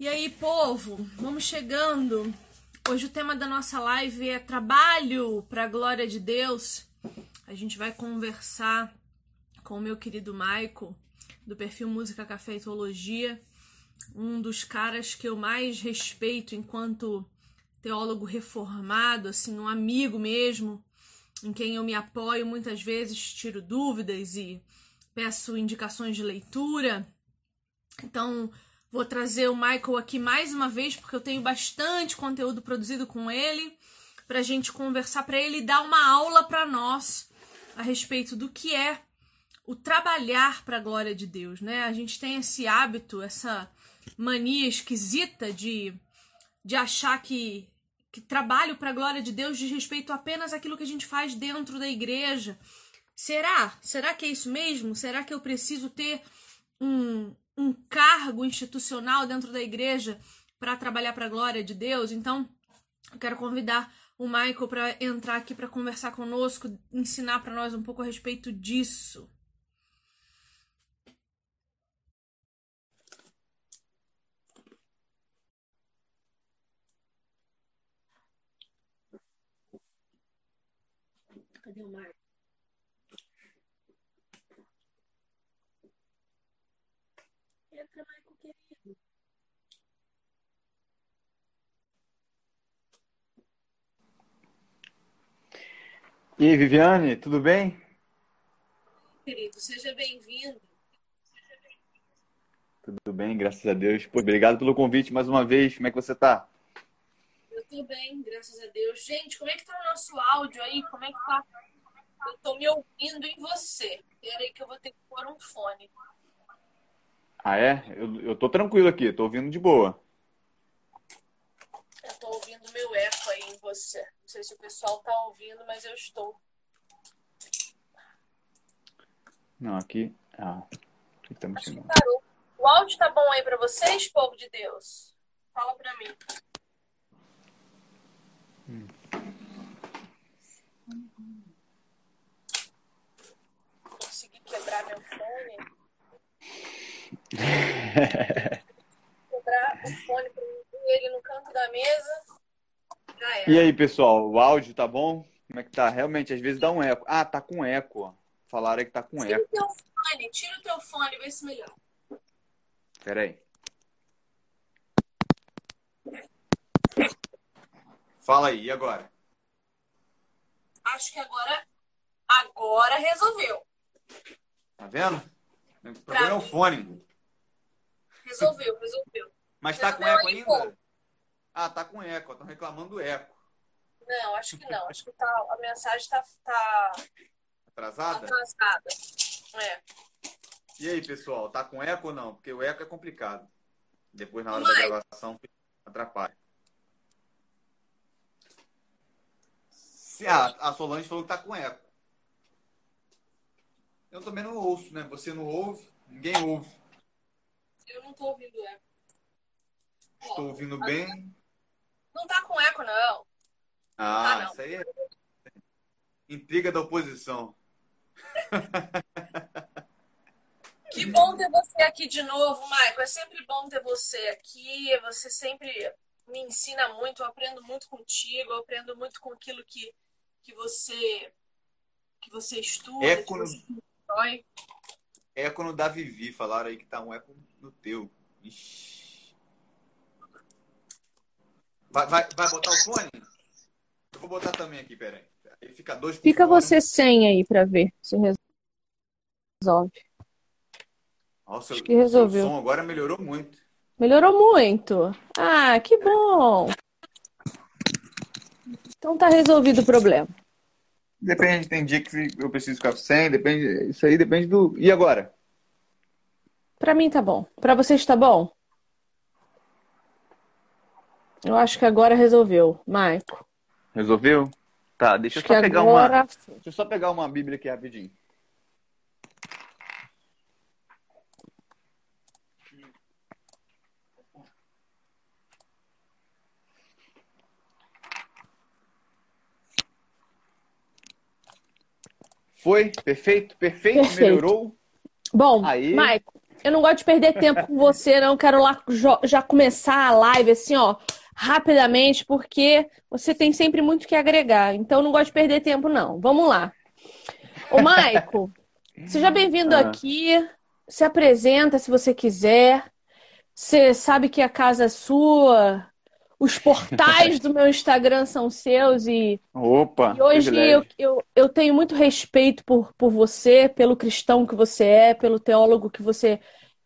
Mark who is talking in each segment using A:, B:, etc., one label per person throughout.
A: E aí, povo, vamos chegando. Hoje o tema da nossa live é trabalho para a glória de Deus. A gente vai conversar com o meu querido Maico, do perfil Música Café e Teologia, um dos caras que eu mais respeito enquanto teólogo reformado, assim, um amigo mesmo, em quem eu me apoio muitas vezes, tiro dúvidas e peço indicações de leitura. Então, vou trazer o Michael aqui mais uma vez, porque eu tenho bastante conteúdo produzido com ele, para a gente conversar, para ele dar uma aula para nós a respeito do que é o trabalhar para a glória de Deus, né? A gente tem esse hábito, essa mania esquisita de achar que trabalho para a glória de Deus diz respeito apenas àquilo que a gente faz dentro da igreja. Será? Será que é isso mesmo? Será que eu preciso ter um cargo institucional dentro da igreja para trabalhar para a glória de Deus? Então, eu quero convidar o Michael para entrar aqui para conversar conosco, ensinar para nós um pouco a respeito disso. Cadê o Michael? Entra, Michael, querido.
B: E aí, Viviane, tudo bem?
A: Querido, seja bem-vindo.
B: Tudo bem, graças a Deus. Pô, obrigado pelo convite mais uma vez. Como é que você tá?
A: Eu tô bem, graças a Deus. Gente, como é que tá o nosso áudio aí? Como é que tá? Eu tô me ouvindo em você. Espera aí que eu vou ter que pôr um fone.
B: Ah, é? Eu tô tranquilo aqui, tô ouvindo de boa.
A: Eu tô ouvindo meu eco aí em você. Não sei se o pessoal tá ouvindo, mas eu estou.
B: Não, aqui. Aqui tá
A: Acho que
B: mexendo.
A: parou. O áudio tá bom aí pra vocês, povo de Deus? Fala pra mim. Consegui quebrar meu fone. Quebrar o fone pra mim, ele no canto da mesa. Já
B: E
A: era.
B: aí, pessoal, o áudio tá bom? Como é que tá? Realmente, às vezes dá um eco. Ah, tá com eco. Falaram aí que tá com eco.
A: Tira o teu fone, vê se melhor.
B: Pera aí. Fala aí, e agora?
A: Acho que agora resolveu.
B: Tá vendo? O
A: Pra
B: problema é o
A: mim,
B: fone.
A: resolveu.
B: Mas tá com
A: Resolveu
B: eco
A: aí, pô.
B: ainda? Ah, tá com eco. Estão reclamando do eco.
A: Não, acho que não. Acho que a mensagem tá
B: Atrasada?
A: atrasada. É.
B: E aí, pessoal, tá com eco ou não? Porque o eco é complicado. Depois, na
A: Ô,
B: hora da
A: Mike,
B: gravação, atrapalha. A Solange falou que tá com eco. Eu também não ouço, né? Você não ouve, ninguém ouve.
A: eu não tô ouvindo eco. Ó,
B: Estou ouvindo bem.
A: não tá com eco, não. Não tá, não.
B: Isso aí é intriga da oposição.
A: Que bom ter você aqui de novo, Michael. É sempre bom ter você aqui. Você sempre me ensina muito. Eu aprendo muito contigo. Eu aprendo muito com aquilo que você estuda, que
B: Eco no,
A: você constrói.
B: eco no da Vivi. Falaram aí que tá um eco no teu. Ixi. Vai botar o fone? Eu vou botar também aqui, peraí. Aí fica dois por
C: Fica
B: fora.
C: você sem aí pra ver se resolve.
B: Nossa,
C: Acho que
B: o seu
C: resolveu.
B: som agora melhorou muito.
C: Melhorou muito. Ah, que bom. Então tá resolvido o problema.
B: Depende, tem dia que eu preciso ficar sem, depende, isso aí depende do... E agora?
C: Pra mim tá bom. Pra vocês tá bom? Eu acho que agora resolveu, Maico.
B: Resolveu? Tá, deixa eu
C: Acho que
B: só pegar uma...
C: agora.
B: Deixa eu só pegar uma Bíblia aqui rapidinho. Foi? Perfeito? Perfeito?
C: Perfeito.
B: Melhorou?
C: Bom,
B: Aí,
C: Maico, Eu não gosto de perder tempo com você, não. Quero lá já começar a live assim, ó, rapidamente, porque você tem sempre muito o que agregar. Então, eu não gosto de perder tempo, não. Vamos lá. Ô, Maico, seja bem-vindo
B: Ah,
C: aqui. Se apresenta se você quiser. Você sabe que a casa é sua. Os portais do meu Instagram são seus e
B: opa,
C: hoje
B: privilégio.
C: eu tenho muito respeito por você, pelo cristão que você é, pelo teólogo que você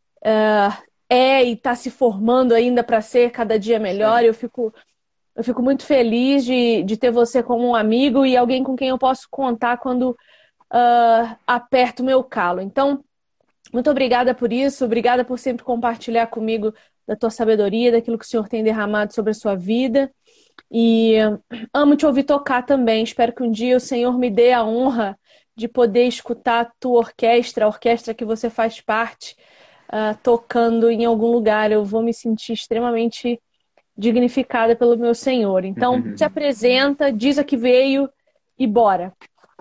C: é e está se formando ainda para ser cada dia
B: Isso
C: melhor.
B: aí.
C: Eu fico muito feliz de ter você como um amigo e alguém com quem eu posso contar quando aperto o meu calo. Então, muito obrigada por isso, obrigada por sempre compartilhar comigo da tua sabedoria, daquilo que o Senhor tem derramado sobre a sua vida. E amo te ouvir tocar também. Espero que um dia o Senhor me dê a honra de poder escutar a tua orquestra, a orquestra que você faz parte, tocando em algum lugar. Eu vou me sentir extremamente dignificada pelo meu Senhor. Então, se apresenta, diz a que veio e bora.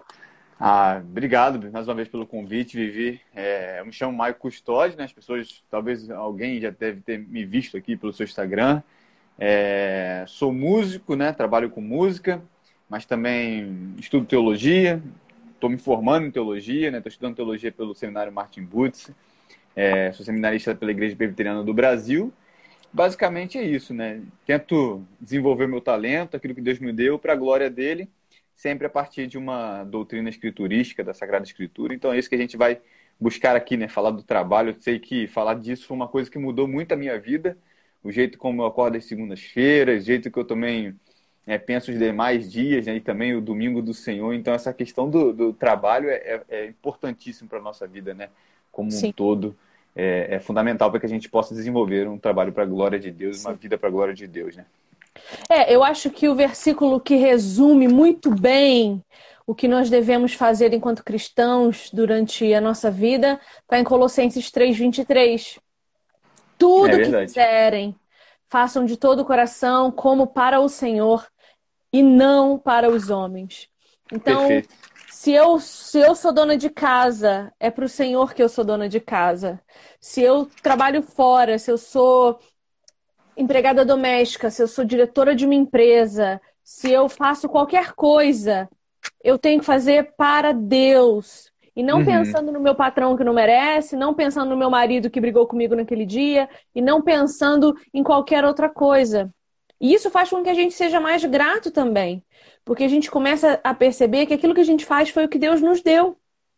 B: Obrigado mais uma vez pelo convite, Vivi. Eu me chamo Maio Custódio, né? As pessoas, talvez alguém já deve ter me visto aqui pelo seu Instagram. Sou músico, né? Trabalho com música, mas também estudo teologia. Estou me formando em teologia, né? Estou estudando teologia pelo Seminário Martin Butts. Sou seminarista pela Igreja Presbiteriana do Brasil. Basicamente é isso, né? Tento desenvolver meu talento, aquilo que Deus me deu, para a glória dele, sempre a partir de uma doutrina escriturística da Sagrada Escritura. Então é isso que a gente vai buscar aqui, né? Falar do trabalho. Eu sei que falar disso foi uma coisa que mudou muito a minha vida, o jeito como eu acordo às segundas-feiras, o jeito que eu também penso os demais dias, né? E também o domingo do Senhor. Então essa questão do trabalho é importantíssimo para a nossa vida, né? Como um
C: Sim,
B: todo. É fundamental para que a gente possa desenvolver um trabalho para a glória de Deus, uma
C: sim.
B: vida para a glória de Deus, né?
C: Eu acho que o versículo que resume muito bem o que nós devemos fazer enquanto cristãos durante a nossa vida está em Colossenses 3:23.
B: É
C: Tudo que
B: verdade.
C: fizerem, façam de todo o coração, como para o Senhor e não para os homens. Então,
B: Perfeito.
C: se eu sou dona de casa, é para o Senhor que eu sou dona de casa. Se eu trabalho fora, se eu sou empregada doméstica, se eu sou diretora de uma empresa, se eu faço qualquer coisa, eu tenho que fazer para Deus. E não
B: Uhum.
C: pensando no meu patrão que não merece, não pensando no meu marido que brigou comigo naquele dia, e não pensando em qualquer outra coisa. E isso faz com que a gente seja mais grato também. Porque a gente começa a perceber que aquilo que a gente faz foi o que Deus nos deu.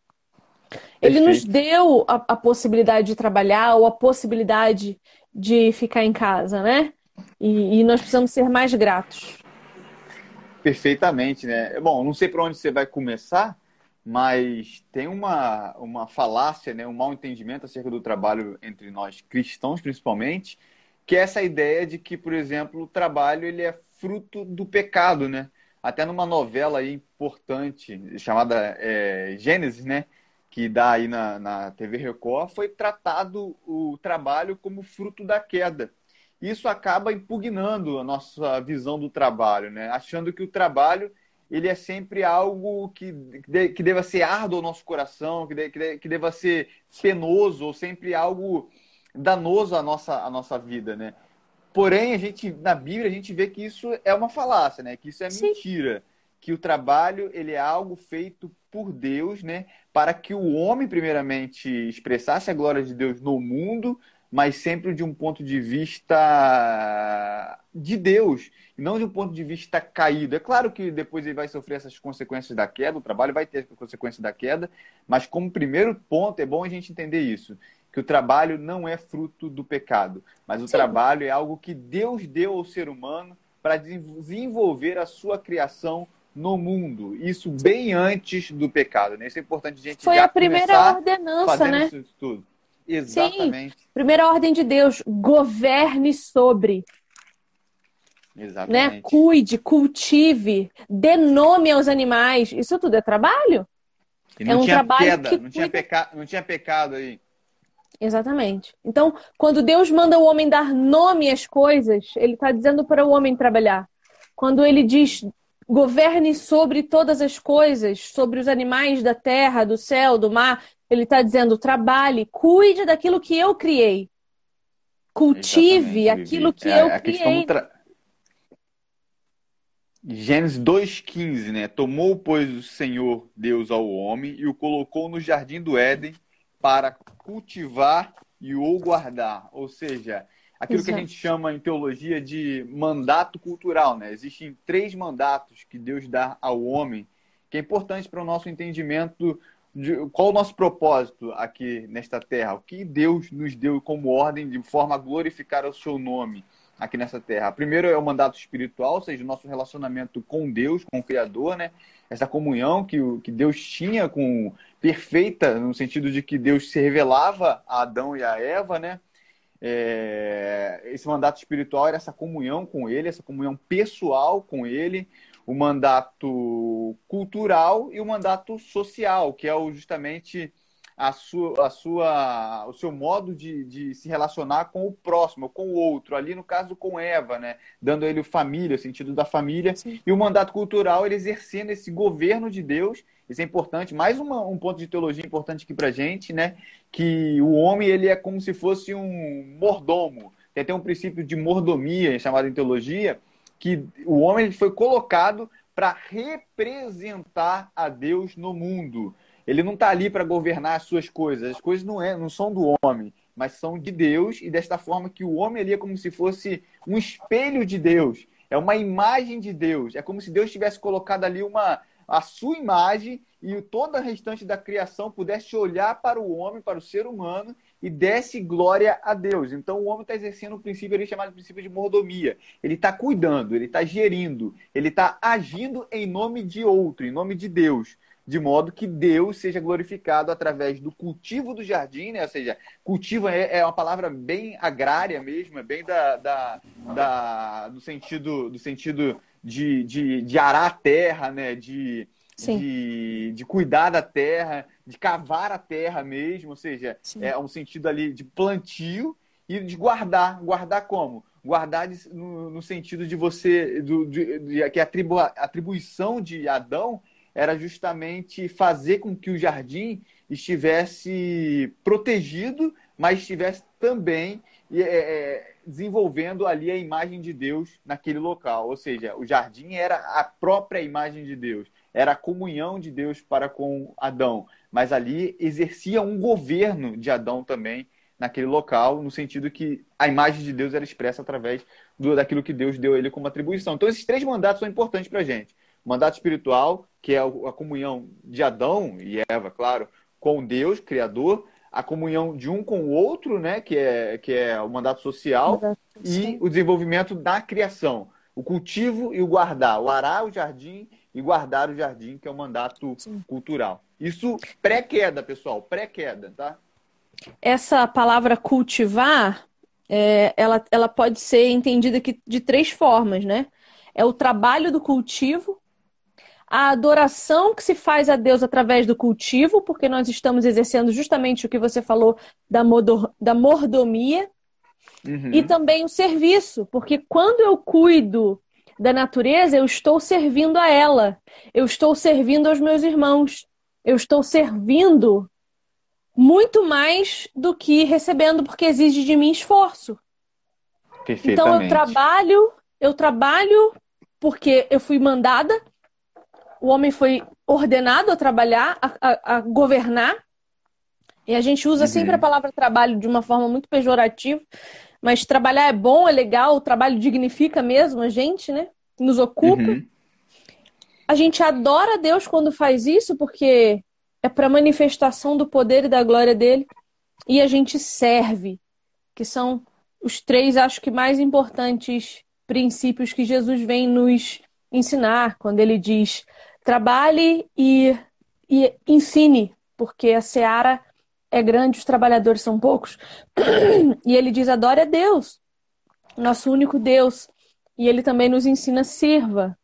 C: Ele nos
B: Perfeito.
C: deu a possibilidade de trabalhar ou a possibilidade de ficar em casa, né? E nós precisamos ser mais gratos.
B: Perfeitamente, né? Bom, não sei por onde você vai começar, mas tem uma falácia, né? Um mau entendimento acerca do trabalho entre nós cristãos, principalmente, que é essa ideia de que, por exemplo, o trabalho ele é fruto do pecado, né? Até numa novela aí importante chamada Gênesis, né? Que dá aí na TV Record, foi tratado o trabalho como fruto da queda. Isso acaba impugnando a nossa visão do trabalho, né? Achando que o trabalho ele é sempre algo que deva ser árduo ao nosso coração, que deva ser penoso, ou sempre algo danoso à nossa vida, né? Porém, na Bíblia, a gente vê que isso é uma falácia, né? Que isso é
C: Sim,
B: mentira. Que o trabalho, ele é algo feito por Deus, né? Para que o homem, primeiramente, expressasse a glória de Deus no mundo, mas sempre de um ponto de vista de Deus, e não de um ponto de vista caído. É claro que depois ele vai sofrer essas consequências da queda, o trabalho vai ter as consequências da queda, mas como primeiro ponto, é bom a gente entender isso, que o trabalho não é fruto do pecado, mas o
C: sim.
B: trabalho é algo que Deus deu ao ser humano para desenvolver a sua criação no mundo. Isso bem antes do pecado, né? Isso é importante a gente
C: Foi
B: já
C: a primeira
B: começar
C: ordenança,
B: fazendo
C: né?
B: isso tudo.
C: Sim,
B: Exatamente.
C: primeira ordem de Deus, governe sobre, né?
B: Exatamente.
C: Cuide, cultive, dê nome aos animais. Isso tudo é trabalho?
B: E
C: É
B: não
C: um
B: tinha
C: trabalho
B: queda,
C: que
B: não tinha
C: cuida.
B: pecado, não tinha pecado aí.
C: Exatamente. Então, quando Deus manda o homem dar nome às coisas, ele está dizendo para o homem trabalhar. Quando ele diz governe sobre todas as coisas, sobre os animais da terra, do céu, do mar, Ele está dizendo, trabalhe, cuide daquilo que eu criei. Cultive
B: Exatamente,
C: aquilo
B: Vivi.
C: que eu
B: A questão do
C: criei.
B: Gênesis 2,15, né? Tomou, pois, o Senhor Deus ao homem e o colocou no jardim do Éden para cultivar e o guardar. Ou seja, aquilo que a
C: Exato.
B: gente chama em teologia de mandato cultural, né? Existem 3 mandatos que Deus dá ao homem, que é importante para o nosso entendimento de qual o nosso propósito aqui nesta terra, o que Deus nos deu como ordem de forma a glorificar o seu nome aqui nessa terra. Primeiro é o mandato espiritual, ou seja, o nosso relacionamento com Deus, com o Criador, né? Essa comunhão que Deus tinha com perfeita, no sentido de que Deus se revelava a Adão e a Eva, né? Esse mandato espiritual era essa comunhão com Ele, essa comunhão pessoal com Ele, o mandato cultural e o mandato social, que é justamente o seu modo de se relacionar com o próximo, com o outro, ali no caso com Eva, né? Dando a ele família, o sentido da família,
C: Sim.
B: e o mandato cultural, ele exercendo esse governo de Deus. Isso é importante, mais um ponto de teologia importante aqui pra gente, né? Que o homem, ele é como se fosse um mordomo. Tem até um princípio de mordomia, chamado em teologia, que o homem ele foi colocado para representar a Deus no mundo. Ele não está ali para governar as suas coisas. As coisas não são do homem, mas são de Deus, e desta forma que o homem ali é como se fosse um espelho de Deus. É uma imagem de Deus. É como se Deus tivesse colocado ali a sua imagem e toda a restante da criação pudesse olhar para o homem, para o ser humano, e desse glória a Deus. Então o homem está exercendo um princípio ali chamado princípio de mordomia. Ele está cuidando, ele está gerindo, ele está agindo em nome de outro, em nome de Deus, de modo que Deus seja glorificado através do cultivo do jardim, né? Ou seja, cultivo é uma palavra bem agrária mesmo, é bem do sentido de arar a terra, né? De cuidar da terra, de cavar a terra mesmo, ou seja,
C: Sim.
B: é um sentido ali de plantio e de guardar. Guardar como? Guardar no sentido de você, que a atribuição de Adão era justamente fazer com que o jardim estivesse protegido, mas estivesse também desenvolvendo ali a imagem de Deus naquele local. Ou seja, o jardim era a própria imagem de Deus, era a comunhão de Deus para com Adão, mas ali exercia um governo de Adão também naquele local, no sentido que a imagem de Deus era expressa através daquilo que Deus deu a ele como atribuição. Então esses 3 mandatos são importantes para a gente. O mandato espiritual, que é a comunhão de Adão e Eva, claro, com Deus, Criador, a comunhão de um com o outro, né, que é o mandato social, e o desenvolvimento da criação, o cultivo e o guardar, o arar o jardim e guardar o jardim, que é o mandato cultural. Isso pré-queda, pessoal, pré-queda, tá?
C: Essa palavra cultivar, ela pode ser entendida aqui de 3 formas, né? É o trabalho do cultivo, a adoração que se faz a Deus através do cultivo, porque nós estamos exercendo justamente o que você falou da mordomia, e também o serviço, porque quando eu cuido da natureza, eu estou servindo a ela, eu estou servindo aos meus irmãos, eu estou servindo muito mais do que recebendo, porque exige de mim esforço. Então eu trabalho porque eu fui mandada, o homem foi ordenado a trabalhar, a governar, e a gente usa sempre a palavra trabalho de uma forma muito pejorativa, mas trabalhar é bom, é legal, o trabalho dignifica mesmo a gente, né? Nos ocupa. A gente adora a Deus quando faz isso, porque é para manifestação do poder e da glória dele, e a gente serve, que são os 3, acho que mais importantes princípios que Jesus vem nos ensinar, quando ele diz: trabalhe e ensine, porque a seara é grande, os trabalhadores são poucos. E ele diz: adore a Deus, nosso único Deus. E ele também nos ensina: sirva,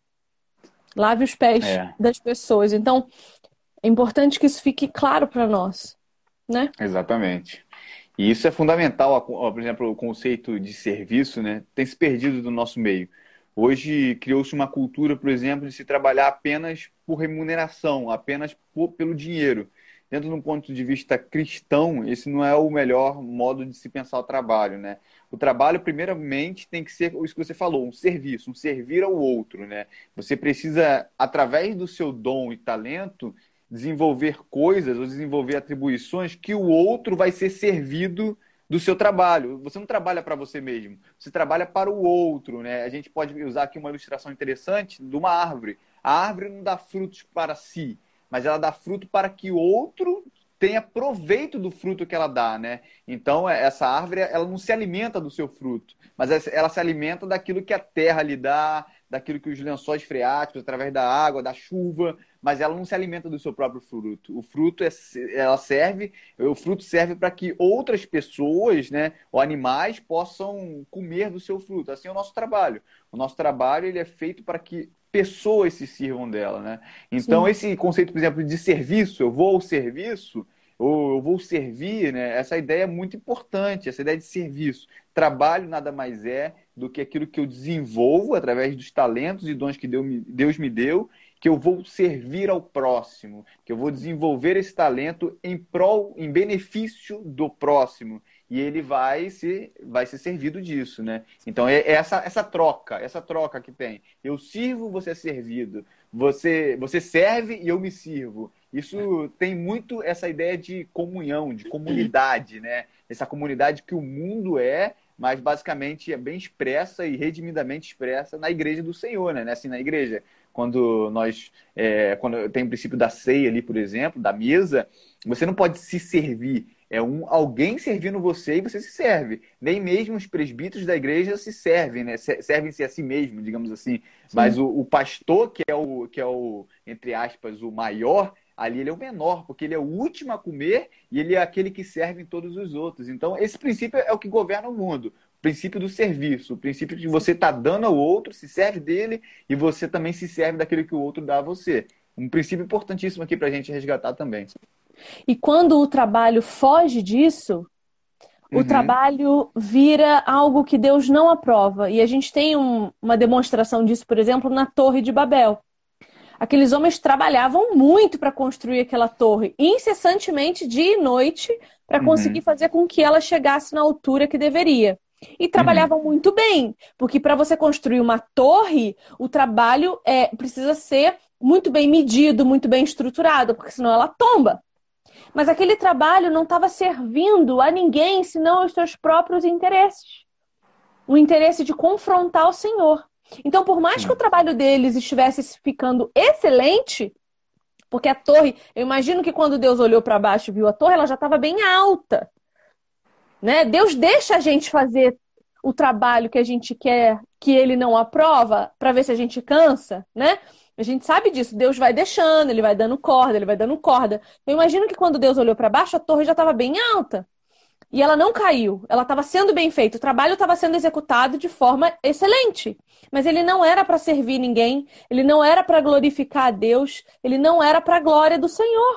C: lave os pés das pessoas. Então, é importante que isso fique claro para nós, né?
B: Exatamente. E isso é fundamental, por exemplo, o conceito de serviço, né? Tem se perdido do nosso meio. Hoje criou-se uma cultura, por exemplo, de se trabalhar apenas por remuneração, apenas pelo dinheiro. dentro de um ponto de vista cristão, esse não é o melhor modo de se pensar o trabalho, né? O trabalho, primeiramente, tem que ser isso que você falou, um serviço, um servir ao outro, né? Você precisa, através do seu dom e talento, desenvolver coisas ou desenvolver atribuições que o outro vai ser servido do seu trabalho. Você não trabalha para você mesmo, você trabalha para o outro, né? A gente pode usar aqui uma ilustração interessante de uma árvore. A árvore não dá frutos para si, mas ela dá fruto para que o outro tenha proveito do fruto que ela dá, né? Então, essa árvore, ela não se alimenta do seu fruto, mas ela se alimenta daquilo que a terra lhe dá, daquilo que os lençóis freáticos, através da água, da chuva, mas ela não se alimenta do seu próprio fruto. O fruto o fruto serve para que outras pessoas, né, ou animais possam comer do seu fruto. Assim é o nosso trabalho. O nosso trabalho, ele é feito para que pessoas se sirvam dela, né? Então,
C: Sim.
B: esse conceito, por exemplo, de serviço, eu vou ao serviço, ou eu vou servir, né? Essa ideia é muito importante, essa ideia de serviço. Trabalho nada mais é do que aquilo que eu desenvolvo através dos talentos e dons que Deus me deu, que eu vou servir ao próximo, que eu vou desenvolver esse talento em benefício do próximo. E ele vai ser servido disso, né? Então, é essa troca que tem. Eu sirvo, você é servido. Você serve e eu me sirvo. Isso tem muito essa ideia de comunhão, de comunidade, né? Essa comunidade que o mundo é, mas basicamente é bem expressa e redimidamente expressa na igreja do Senhor, né? Assim, na igreja, quando quando tem o princípio da ceia ali, por exemplo, da mesa, você não pode se servir. É alguém servindo você e você se serve. Nem mesmo os presbíteros da igreja se servem, né? Servem-se a si mesmo, digamos assim. Mas
C: Sim.
B: o pastor, que é entre aspas, o maior, ali ele é o menor, porque ele é o último a comer e ele é aquele que serve em todos os outros. Então, esse princípio é o que governa o mundo. O princípio do serviço, o princípio de você estar dando ao outro, se serve dele e você também se serve daquilo que o outro dá a você. Um princípio importantíssimo aqui para a gente resgatar também.
C: E quando o trabalho foge disso, o
B: Uhum,
C: trabalho vira algo que Deus não aprova. E a gente tem uma demonstração disso, por exemplo, na Torre de Babel. Aqueles homens trabalhavam muito para construir aquela torre, incessantemente, dia e noite, para conseguir
B: uhum,
C: fazer com que ela chegasse na altura que deveria. E
B: uhum.
C: trabalhavam muito bem, porque para você construir uma torre, o trabalho precisa ser muito bem medido, muito bem estruturado, porque senão ela tomba. Mas aquele trabalho não estava servindo a ninguém, senão aos seus próprios interesses. O interesse de confrontar o Senhor. Então, por mais que o
B: Sim.
C: trabalho deles estivesse ficando excelente, porque a torre, eu imagino que quando Deus olhou para baixo e viu a torre, ela já estava bem alta, né? Deus deixa a gente fazer o trabalho que a gente quer, que ele não aprova, para ver se a gente cansa, né? A gente sabe disso. Deus vai deixando, ele vai dando corda, ele vai dando corda. Eu imagino que quando Deus olhou para baixo, a torre já estava bem alta. E ela não caiu, ela estava sendo bem feita, o trabalho estava sendo executado de forma excelente. Mas ele não era para servir ninguém, ele não era para glorificar a Deus, ele não era para a glória do Senhor.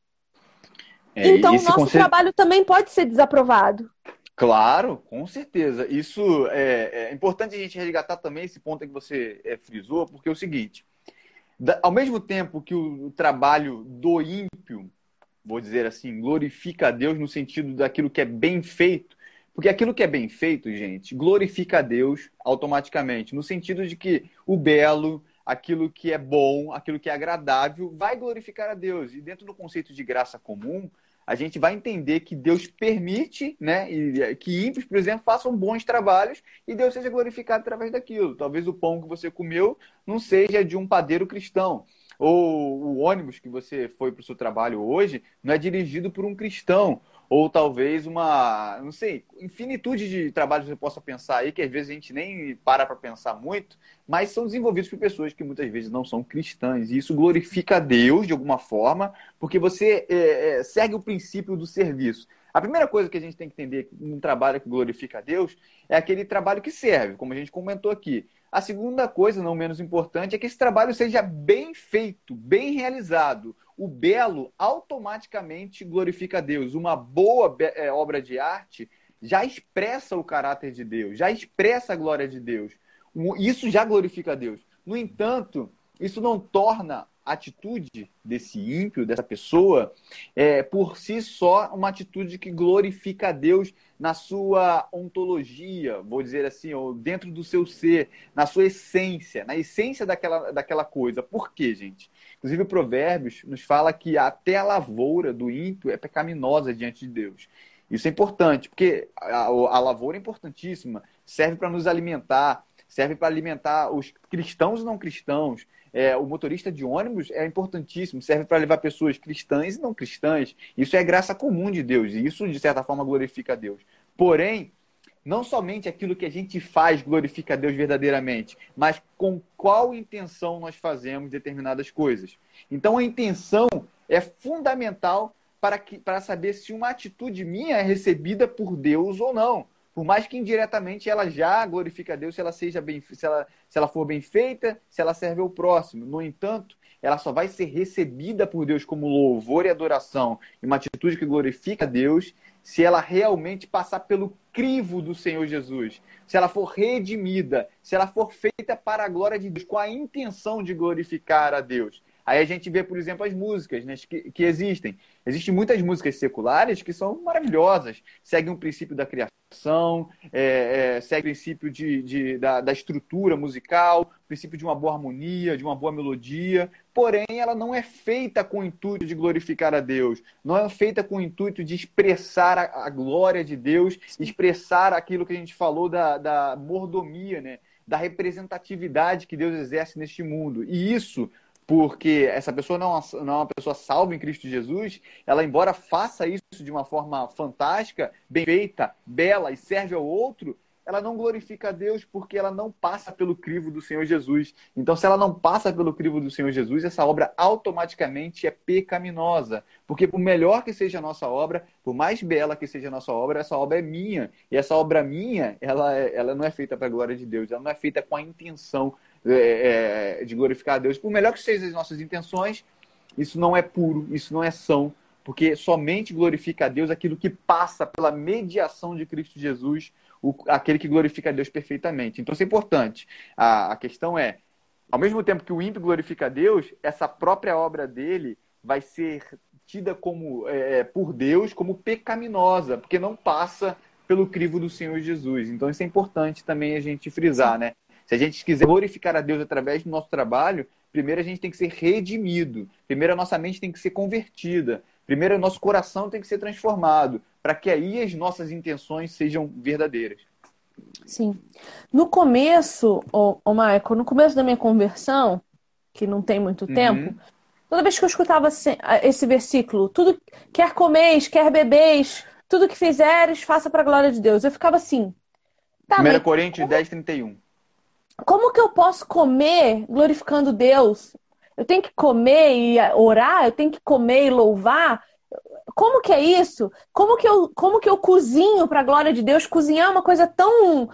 C: Então, o
B: Esse
C: nosso
B: conceito,
C: trabalho também pode ser desaprovado.
B: claro, com certeza. Isso é importante a gente resgatar também esse ponto que você frisou, porque é o seguinte: ao mesmo tempo que o trabalho do ímpio, vou dizer assim, glorifica a Deus no sentido daquilo que é bem feito, porque aquilo que é bem feito, gente, glorifica a Deus automaticamente, no sentido de que o belo, aquilo que é bom, aquilo que é agradável, vai glorificar a Deus. E dentro do conceito de graça comum, a gente vai entender que Deus permite, né, que ímpios, por exemplo, façam bons trabalhos e Deus seja glorificado através daquilo. Talvez o pão que você comeu não seja de um padeiro cristão. Ou o ônibus que você foi para o seu trabalho hoje não é dirigido por um cristão. Ou talvez não sei, infinitude de trabalhos que você possa pensar aí, que às vezes a gente nem para pensar muito, mas são desenvolvidos por pessoas que muitas vezes não são cristãs. E isso glorifica a Deus de alguma forma, porque você segue o princípio do serviço. A primeira coisa que a gente tem que entender num trabalho que glorifica a Deus é aquele trabalho que serve, como a gente comentou aqui. A segunda coisa, não menos importante, é que esse trabalho seja bem feito, bem realizado. O belo automaticamente glorifica a Deus. Uma boa obra de arte já expressa o caráter de Deus, já expressa a glória de Deus. Isso já glorifica a Deus. No entanto, isso não torna atitude desse ímpio, dessa pessoa, por si só, uma atitude que glorifica a Deus na sua ontologia, vou dizer assim, ou dentro do seu ser, na sua essência, na essência daquela coisa. Por quê, gente? Inclusive, o Provérbios nos fala que até a lavoura do ímpio é pecaminosa diante de Deus. Isso é importante, porque a lavoura é importantíssima, serve para nos alimentar, serve para alimentar os cristãos e não cristãos. O motorista de ônibus é importantíssimo, serve para levar pessoas cristãs e não cristãs. Isso é graça comum de Deus, e isso, de certa forma, glorifica a Deus. Porém, não somente aquilo que a gente faz glorifica a Deus verdadeiramente, mas com qual intenção nós fazemos determinadas coisas. Então, a intenção é fundamental para saber se uma atitude minha é recebida por Deus ou não. Por mais que indiretamente ela já glorifique a Deus se ela for bem feita, se ela serve ao próximo. No entanto, ela só vai ser recebida por Deus como louvor e adoração, e uma atitude que glorifica a Deus, se ela realmente passar pelo crivo do Senhor Jesus, se ela for redimida, se ela for feita para a glória de Deus, com a intenção de glorificar a Deus. Aí a gente vê, por exemplo, as músicas, né, que existem. Existem muitas músicas seculares que são maravilhosas, seguem o princípio da criação, seguem o princípio da estrutura musical, o princípio de uma boa harmonia, de uma boa melodia, porém ela não é feita com o intuito de glorificar a Deus, não é feita com o intuito de expressar a glória de Deus, expressar aquilo que a gente falou da mordomia, né, da representatividade que Deus exerce neste mundo. E isso porque essa pessoa não é uma pessoa salva em Cristo Jesus, ela, embora faça isso de uma forma fantástica, bem feita, bela e serve ao outro, ela não glorifica a Deus porque ela não passa pelo crivo do Senhor Jesus. Então, se ela não passa pelo crivo do Senhor Jesus, essa obra automaticamente é pecaminosa. Porque por melhor que seja a nossa obra, por mais bela que seja a nossa obra, essa obra é minha. E essa obra minha, ela não é feita para a glória de Deus, ela não é feita com a intenção de glorificar a Deus. Por melhor que sejam as nossas intenções, isso não é puro, isso não é são, porque somente glorifica a Deus aquilo que passa pela mediação de Cristo Jesus, aquele que glorifica a Deus perfeitamente. Então isso é importante. A questão é, ao mesmo tempo que o ímpio glorifica a Deus, essa própria obra dele vai ser tida como, por Deus como pecaminosa, porque não passa pelo crivo do Senhor Jesus. Então isso é importante também a gente frisar, né? Se a gente quiser glorificar a Deus através do nosso trabalho, primeiro a gente tem que ser redimido. Primeiro a nossa mente tem que ser convertida. Primeiro o nosso coração tem que ser transformado, para que aí as nossas intenções sejam verdadeiras.
C: Sim. No começo, Michael, no começo da minha conversão, que não tem muito tempo, toda vez que eu escutava esse versículo, tudo quer comeis, quer bebeis, tudo que fizeres, faça para a glória de Deus. Eu ficava assim. Tá,
B: 1 Coríntios 10:31.
C: Como que eu posso comer glorificando Deus? Eu tenho que comer e orar? Eu tenho que comer e louvar? Como que é isso? Como que eu cozinho para a glória de Deus? Cozinhar é uma coisa tão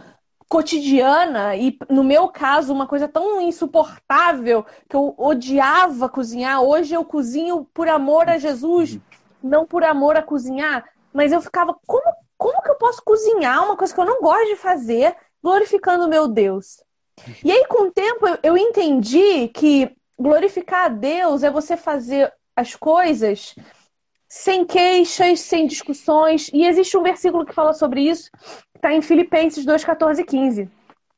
C: cotidiana e, no meu caso, uma coisa tão insuportável que eu odiava cozinhar. Hoje eu cozinho por amor a Jesus, não por amor a cozinhar. Mas eu ficava, como que eu posso cozinhar uma coisa que eu não gosto de fazer glorificando o meu Deus? E aí, com o tempo, eu entendi que glorificar a Deus é você fazer as coisas sem queixas, sem discussões. E existe um versículo que fala sobre isso, que está em Filipenses 2:14-15.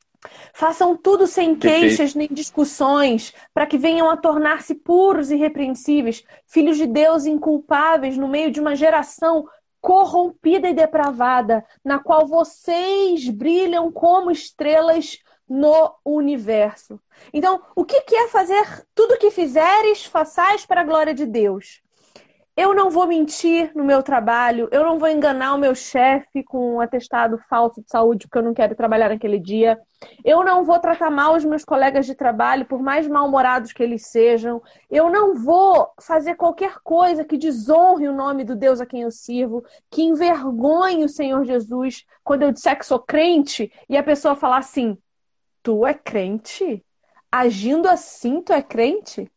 C: Façam tudo sem queixas nem discussões, para que venham a tornar-se puros e irrepreensíveis, filhos de Deus inculpáveis no meio de uma geração corrompida e depravada, na qual vocês brilham como estrelas no universo. Então, o que é fazer tudo o que fizeres, façais para a glória de Deus? Eu não vou mentir no meu trabalho, eu não vou enganar o meu chefe com um atestado falso de saúde porque eu não quero trabalhar naquele dia. Eu não vou tratar mal os meus colegas de trabalho, por mais mal-humorados que eles sejam. Eu não vou fazer qualquer coisa que desonre o nome do Deus a quem eu sirvo, que envergonhe o Senhor Jesus. Quando eu disser que sou crente e a pessoa falar assim, tu é crente? Agindo assim, tu é crente?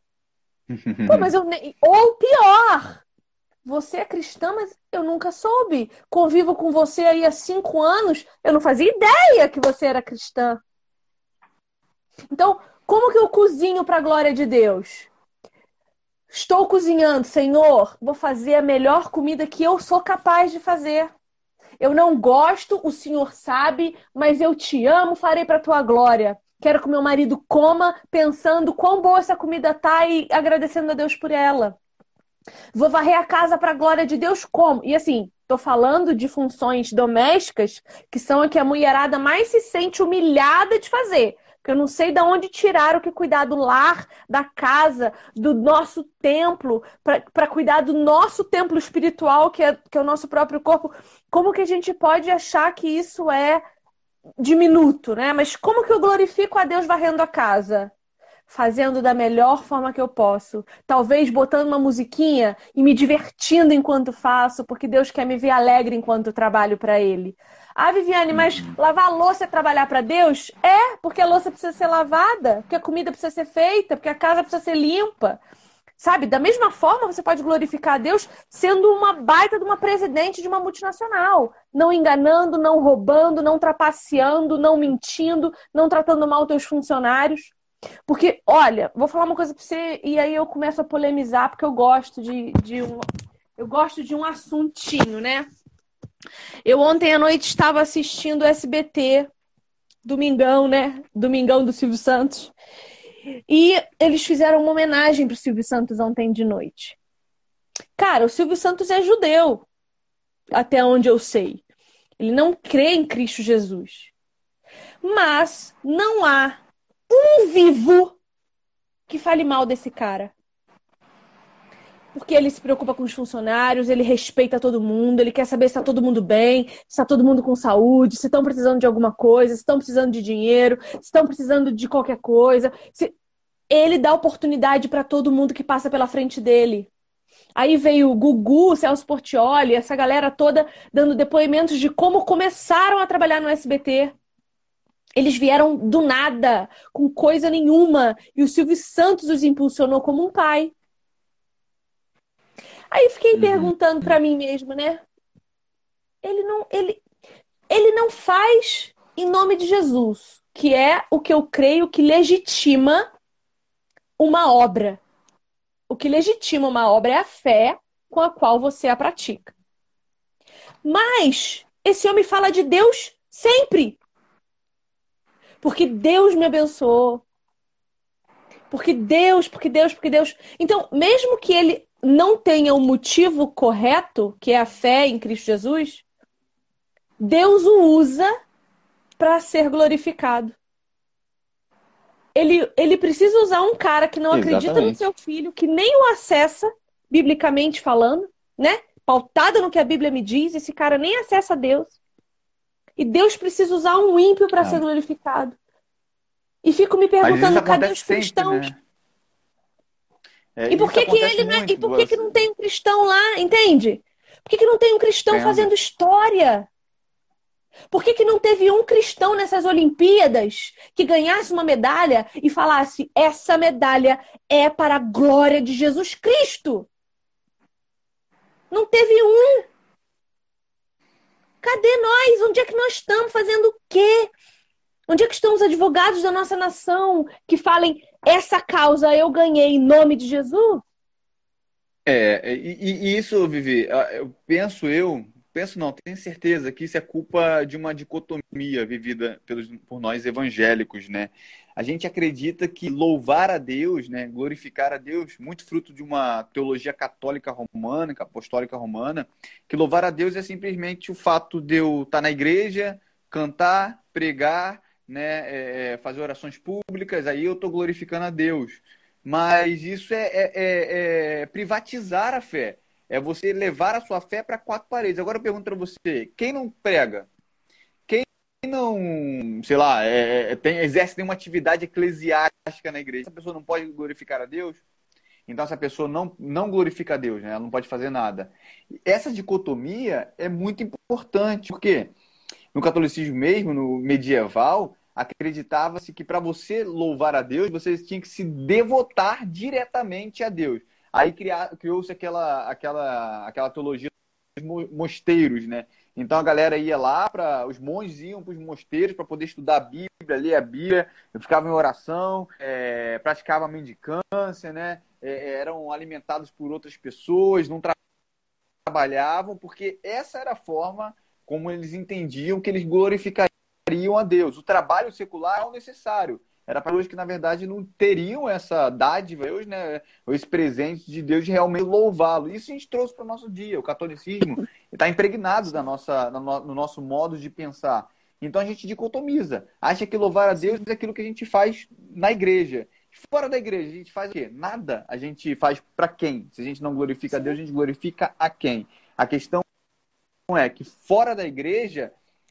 C: Pô, mas ou pior, você é cristã, mas eu nunca soube. Convivo com você aí há 5 anos, eu não fazia ideia que você era cristã. Então, como que eu cozinho para a glória de Deus? estou cozinhando, Senhor, vou fazer a melhor comida que eu sou capaz de fazer. Eu não gosto, o Senhor sabe, mas eu te amo, farei para a tua glória. Quero que o meu marido coma pensando quão boa essa comida tá e agradecendo a Deus por ela. Vou varrer a casa para a glória de Deus como? E assim, tô falando de funções domésticas que são a que a mulherada mais se sente humilhada de fazer. Porque eu não sei de onde tiraram que cuidar do lar, da casa, do nosso templo, para cuidar do nosso templo espiritual, que é o nosso próprio corpo. Como que a gente pode achar que isso é diminuto, né? Mas como que eu glorifico a Deus varrendo a casa? Fazendo da melhor forma que eu posso. Talvez botando uma musiquinha e me divertindo enquanto faço, porque Deus quer me ver alegre enquanto trabalho para Ele. Ah, Viviane, mas lavar a louça é trabalhar para Deus? É, porque a louça precisa ser lavada, porque a comida precisa ser feita, porque a casa precisa ser limpa. Sabe? Da mesma forma, você pode glorificar a Deus sendo uma baita de uma presidente de uma multinacional. Não enganando, não roubando, não trapaceando, não mentindo, não tratando mal os teus funcionários. Porque, olha, vou falar uma coisa pra você e aí eu começo a polemizar porque eu gosto eu gosto de um assuntinho, né? Eu ontem à noite estava assistindo o SBT, Domingão, né? Domingão do Silvio Santos. E eles fizeram uma homenagem pro Silvio Santos ontem de noite. Cara, o Silvio Santos é judeu, até onde eu sei. Ele não crê em Cristo Jesus. Mas não há um vivo que fale mal desse cara. Porque ele se preocupa com os funcionários, ele respeita todo mundo, ele quer saber se está todo mundo bem, se está todo mundo com saúde, se estão precisando de alguma coisa, se estão precisando de dinheiro, se estão precisando de qualquer coisa. Ele dá oportunidade para todo mundo que passa pela frente dele. Aí veio o Gugu, o Celso Portiolli, essa galera toda dando depoimentos de como começaram a trabalhar no SBT. Eles vieram do nada, com coisa nenhuma. E o Silvio Santos os impulsionou como um pai. Aí eu fiquei perguntando pra mim mesma, né? Ele não faz em nome de Jesus, que é o que eu creio que legitima uma obra. O que legitima uma obra é a fé com a qual você a pratica. Mas esse homem fala de Deus sempre. Porque Deus me abençoou. Porque Deus. Então, mesmo que ele não tenha o motivo correto, que é a fé em Cristo Jesus, Deus o usa para ser glorificado. Ele precisa usar um cara que não acredita no seu filho, que nem o acessa, biblicamente falando, né? Pautado no que a Bíblia me diz, esse cara nem acessa a Deus. E Deus precisa usar um ímpio para ser glorificado. E fico me perguntando, cadê os cristãos?
B: Sempre, né?
C: E por que ele não é, e por que não tem um cristão lá, entende? Por que não tem um cristão fazendo história? Por que não teve um cristão nessas Olimpíadas que ganhasse uma medalha e falasse: essa medalha é para a glória de Jesus Cristo? Não teve um. Cadê nós? Onde é que nós estamos? Fazendo o quê? Onde é que estão os advogados da nossa nação que falem: essa causa eu ganhei em nome de Jesus?
B: E isso, Vivi, penso não, tenho certeza que isso é culpa de uma dicotomia vivida por nós evangélicos, né? A gente acredita que louvar a Deus, né, glorificar a Deus, muito fruto de uma teologia católica romana, apostólica romana, que louvar a Deus é simplesmente o fato de eu estar na igreja, cantar, pregar, né, fazer orações públicas, aí eu estou glorificando a Deus. Mas isso é privatizar a fé. É você levar a sua fé para quatro paredes. Agora eu pergunto para você, quem não prega? Quem não, sei lá, exerce nenhuma atividade eclesiástica na igreja? Essa pessoa não pode glorificar a Deus? Então essa pessoa não glorifica a Deus, né? Ela não pode fazer nada. Essa dicotomia é muito importante, porque no catolicismo mesmo, no medieval, acreditava-se que para você louvar a Deus, você tinha que se devotar diretamente a Deus. Aí criou-se aquela teologia dos mosteiros, né? Então a galera ia lá, os monges iam para os mosteiros para poder estudar a Bíblia, lia a Bíblia, eu ficava em oração, praticava mendicância, né? Eram alimentados por outras pessoas, não trabalhavam, porque essa era a forma como eles entendiam que eles glorificariam a Deus. O trabalho secular é o necessário. Era para pessoas que, na verdade, não teriam essa dádiva, Deus, né? Esse presente de Deus de realmente louvá-lo. Isso a gente trouxe para o nosso dia. O catolicismo está impregnado no nosso modo de pensar. Então a gente dicotomiza. Acha que louvar a Deus é aquilo que a gente faz na igreja. Fora da igreja, a gente faz o quê? Nada. A gente faz para quem? Se a gente não glorifica a Deus, a gente glorifica a quem? A questão é que fora da igreja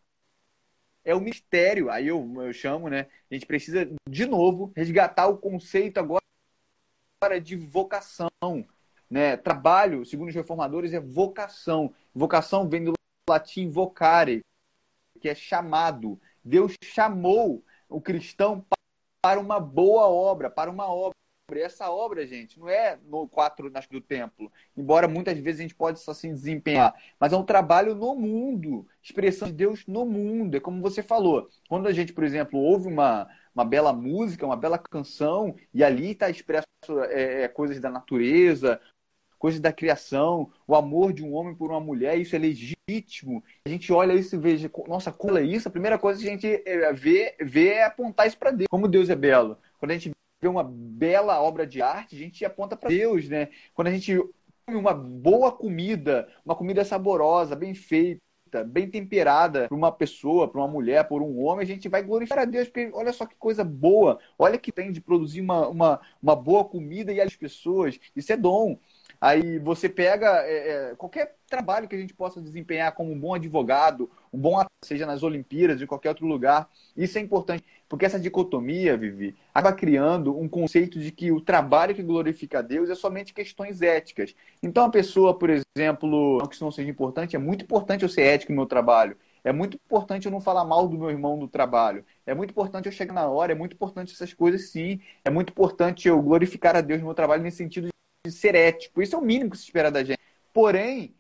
B: é o mistério. Aí eu chamo, né? A gente precisa, de novo, resgatar o conceito agora de vocação, né? Trabalho, segundo os reformadores, é vocação. Vocação vem do latim vocare, que é chamado. Deus chamou o cristão para uma boa obra, para uma obra. E essa obra, gente, não é no 4 do templo, embora muitas vezes a gente possa assim desempenhar, mas é um trabalho no mundo, expressão de Deus no mundo. É como você falou, quando a gente, por exemplo, ouve uma bela música, uma bela canção, e ali está expresso coisas da natureza, coisas da criação, o amor de um homem por uma mulher, isso é legítimo. A gente olha isso e vê, nossa, como é isso? A primeira coisa que a gente vê é apontar isso para Deus, como Deus é belo. Quando a gente vê uma bela obra de arte, a gente aponta para Deus, né? Quando a gente come uma boa comida, uma comida saborosa, bem feita, bem temperada por uma pessoa, por uma mulher, por um homem, a gente vai glorificar a Deus, porque olha só que coisa boa, olha que tem de produzir uma boa comida e as pessoas, isso é dom. Aí você pega qualquer trabalho que a gente possa desempenhar como um bom advogado, um bom atleta, seja nas Olimpíadas, em qualquer outro lugar. Isso é importante, porque essa dicotomia, Vivi, acaba criando um conceito de que o trabalho que glorifica a Deus é somente questões éticas. Então a pessoa, por exemplo, não que isso não seja importante, é muito importante eu ser ético no meu trabalho. É muito importante eu não falar mal do meu irmão no trabalho. É muito importante eu chegar na hora. É muito importante essas coisas, sim. É muito importante eu glorificar a Deus no meu trabalho nesse sentido de ser ético. Isso é o mínimo que se espera da gente. Porém,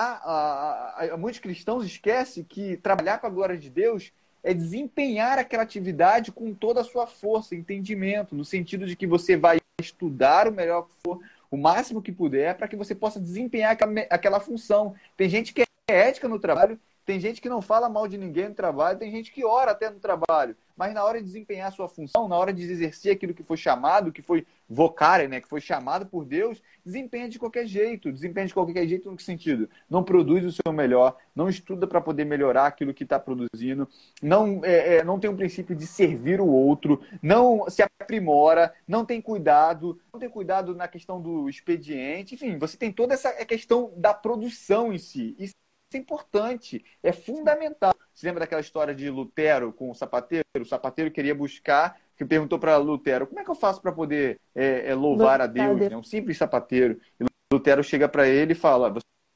B: muitos cristãos esquecem que trabalhar para a glória de Deus é desempenhar aquela atividade com toda a sua força, entendimento, no sentido de que você vai estudar o melhor que for, o máximo que puder, para que você possa desempenhar aquela função. Tem gente que é ética no trabalho, tem gente que não fala mal de ninguém no trabalho, tem gente que ora até no trabalho, mas na hora de desempenhar a sua função, na hora de exercer aquilo que foi chamado, que foi vocare, né, que foi chamado por Deus, desempenha de qualquer jeito. Desempenha de qualquer jeito no que sentido? Não produz o seu melhor, não estuda para poder melhorar aquilo que está produzindo, não tem um princípio de servir o outro, não se aprimora, não tem cuidado na questão do expediente, enfim, você tem toda essa questão da produção em si. Isso é importante, é fundamental. Você lembra daquela história de Lutero com o sapateiro? O sapateiro queria buscar, que perguntou para Lutero, como é que eu faço para poder louvar a Deus? Né? Um simples sapateiro. E Lutero chega para ele e fala,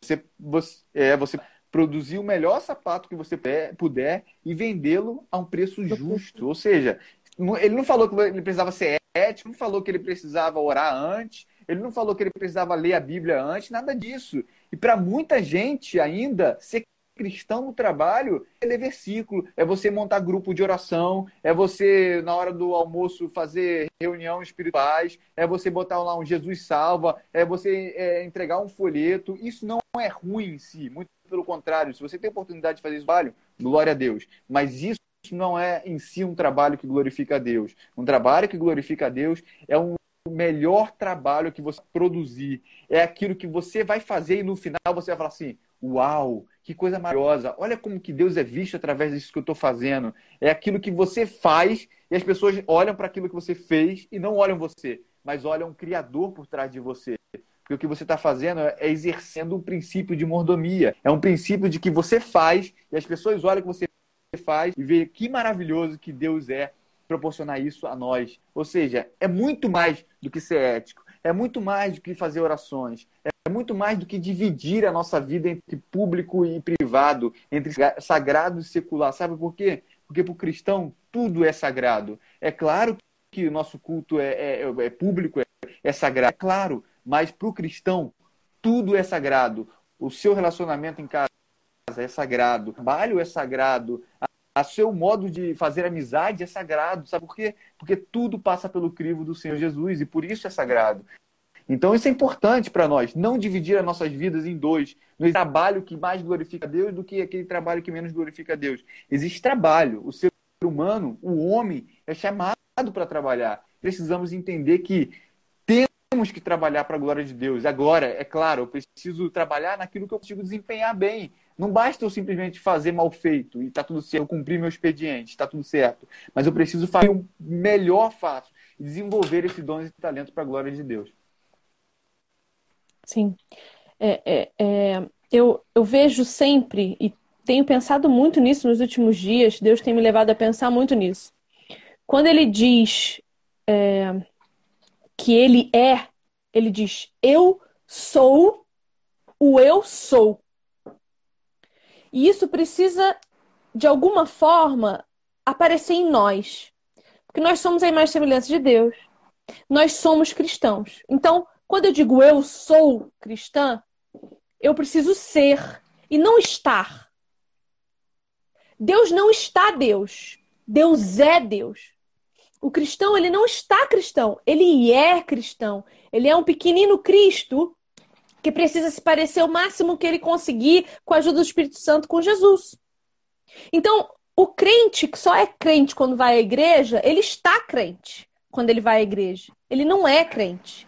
B: você produzir o melhor sapato que você puder e vendê-lo a um preço justo. Ou seja, ele não falou que ele precisava ser ético, não falou que ele precisava orar antes, ele não falou que ele precisava ler a Bíblia antes, nada disso. E para muita gente ainda, ser cristão no trabalho é ler versículo, é você montar grupo de oração, é você, na hora do almoço, fazer reunião espirituais, é você botar lá um Jesus salva, é você entregar um folheto. Isso não é ruim em si, muito pelo contrário. Se você tem a oportunidade de fazer isso, vale, glória a Deus. Mas isso não é em si um trabalho que glorifica a Deus. Um trabalho que glorifica a Deus é o melhor trabalho que você produzir. É aquilo que você vai fazer e no final você vai falar assim, uau, que coisa maravilhosa. Olha como que Deus é visto através disso que eu estou fazendo. É aquilo que você faz e as pessoas olham para aquilo que você fez e não olham você, mas olham um Criador por trás de você. Porque o que você está fazendo é exercendo um princípio de mordomia. É um princípio de que você faz e as pessoas olham o que você faz e veem que maravilhoso que Deus é proporcionar isso a nós. Ou seja, é muito mais do que ser ético. É muito mais do que fazer orações. É muito mais do que dividir a nossa vida entre público e privado, entre sagrado e secular. Sabe por quê? Porque para o cristão tudo é sagrado. É claro que o nosso culto é público, é sagrado. É claro, mas para o cristão tudo é sagrado. O seu relacionamento em casa é sagrado. O trabalho é sagrado. seu modo de fazer amizade é sagrado. Sabe por quê? Porque tudo passa pelo crivo do Senhor Jesus e por isso é sagrado. Então isso é importante para nós, não dividir as nossas vidas em dois. Não existe trabalho que mais glorifica a Deus do que aquele trabalho que menos glorifica a Deus. Existe trabalho. O ser humano, o homem, é chamado para trabalhar. Precisamos entender que temos que trabalhar para a glória de Deus. Agora, é claro, eu preciso trabalhar naquilo que eu consigo desempenhar bem. Não basta eu simplesmente fazer mal feito e está tudo certo, eu cumprir meu expediente, está tudo certo. Mas eu preciso fazer o melhor faço e desenvolver esse dom e esse talento para a glória de Deus.
C: Sim. Eu vejo sempre, e tenho pensado muito nisso nos últimos dias, Deus tem me levado a pensar muito nisso. Quando ele diz que ele diz, eu sou o eu sou. E isso precisa, de alguma forma, aparecer em nós. Porque nós somos a imagem e semelhança de Deus. Nós somos cristãos. Então, quando eu digo eu sou cristã, eu preciso ser e não estar. Deus não está Deus. Deus é Deus. O cristão, ele não está cristão. Ele é cristão. Ele é um pequenino Cristo que precisa se parecer o máximo que ele conseguir com a ajuda do Espírito Santo com Jesus. Então, o crente que só é crente quando vai à igreja, ele está crente quando ele vai à igreja. Ele não é crente.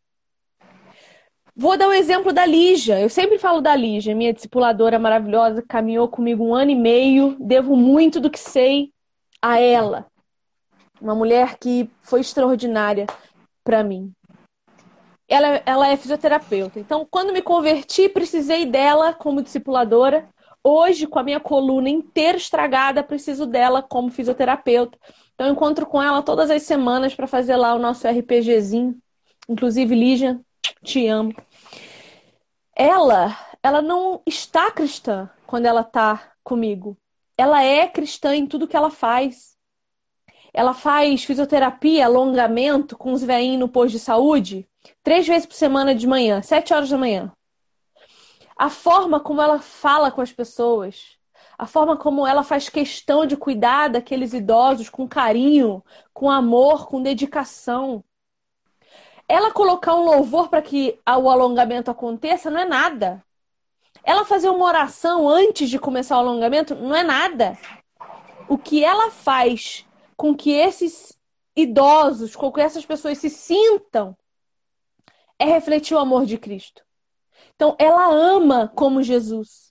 C: Vou dar o exemplo da Lígia. Eu sempre falo da Lígia, minha discipuladora maravilhosa, que caminhou comigo 1 ano e meio. Devo muito do que sei a ela. Uma mulher que foi extraordinária para mim. Ela é fisioterapeuta. Então, quando me converti, precisei dela como discipuladora. Hoje, com a minha coluna inteira estragada, preciso dela como fisioterapeuta. Então, eu encontro com ela todas as semanas para fazer lá o nosso RPGzinho. Inclusive, Lígia, te amo. Ela não está cristã quando ela está comigo. Ela é cristã em tudo que ela faz. Ela faz fisioterapia, alongamento com os velhinhos no posto de saúde 3 vezes por semana de manhã, 7 horas da manhã. A forma como ela fala com as pessoas, a forma como ela faz questão de cuidar daqueles idosos com carinho, com amor, com dedicação. Ela colocar um louvor para que o alongamento aconteça não é nada. Ela fazer uma oração antes de começar o alongamento não é nada. O que ela faz com que esses idosos, com que essas pessoas se sintam, é refletir o amor de Cristo. Então, ela ama como Jesus.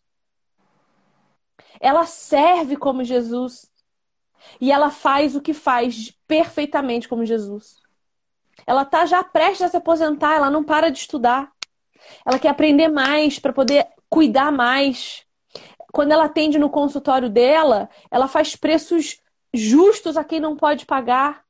C: Ela serve como Jesus. E ela faz o que faz perfeitamente como Jesus. Ela está já prestes a se aposentar, ela não para de estudar. Ela quer aprender mais para poder cuidar mais. Quando ela atende no consultório dela, ela faz preços justos a quem não pode pagar.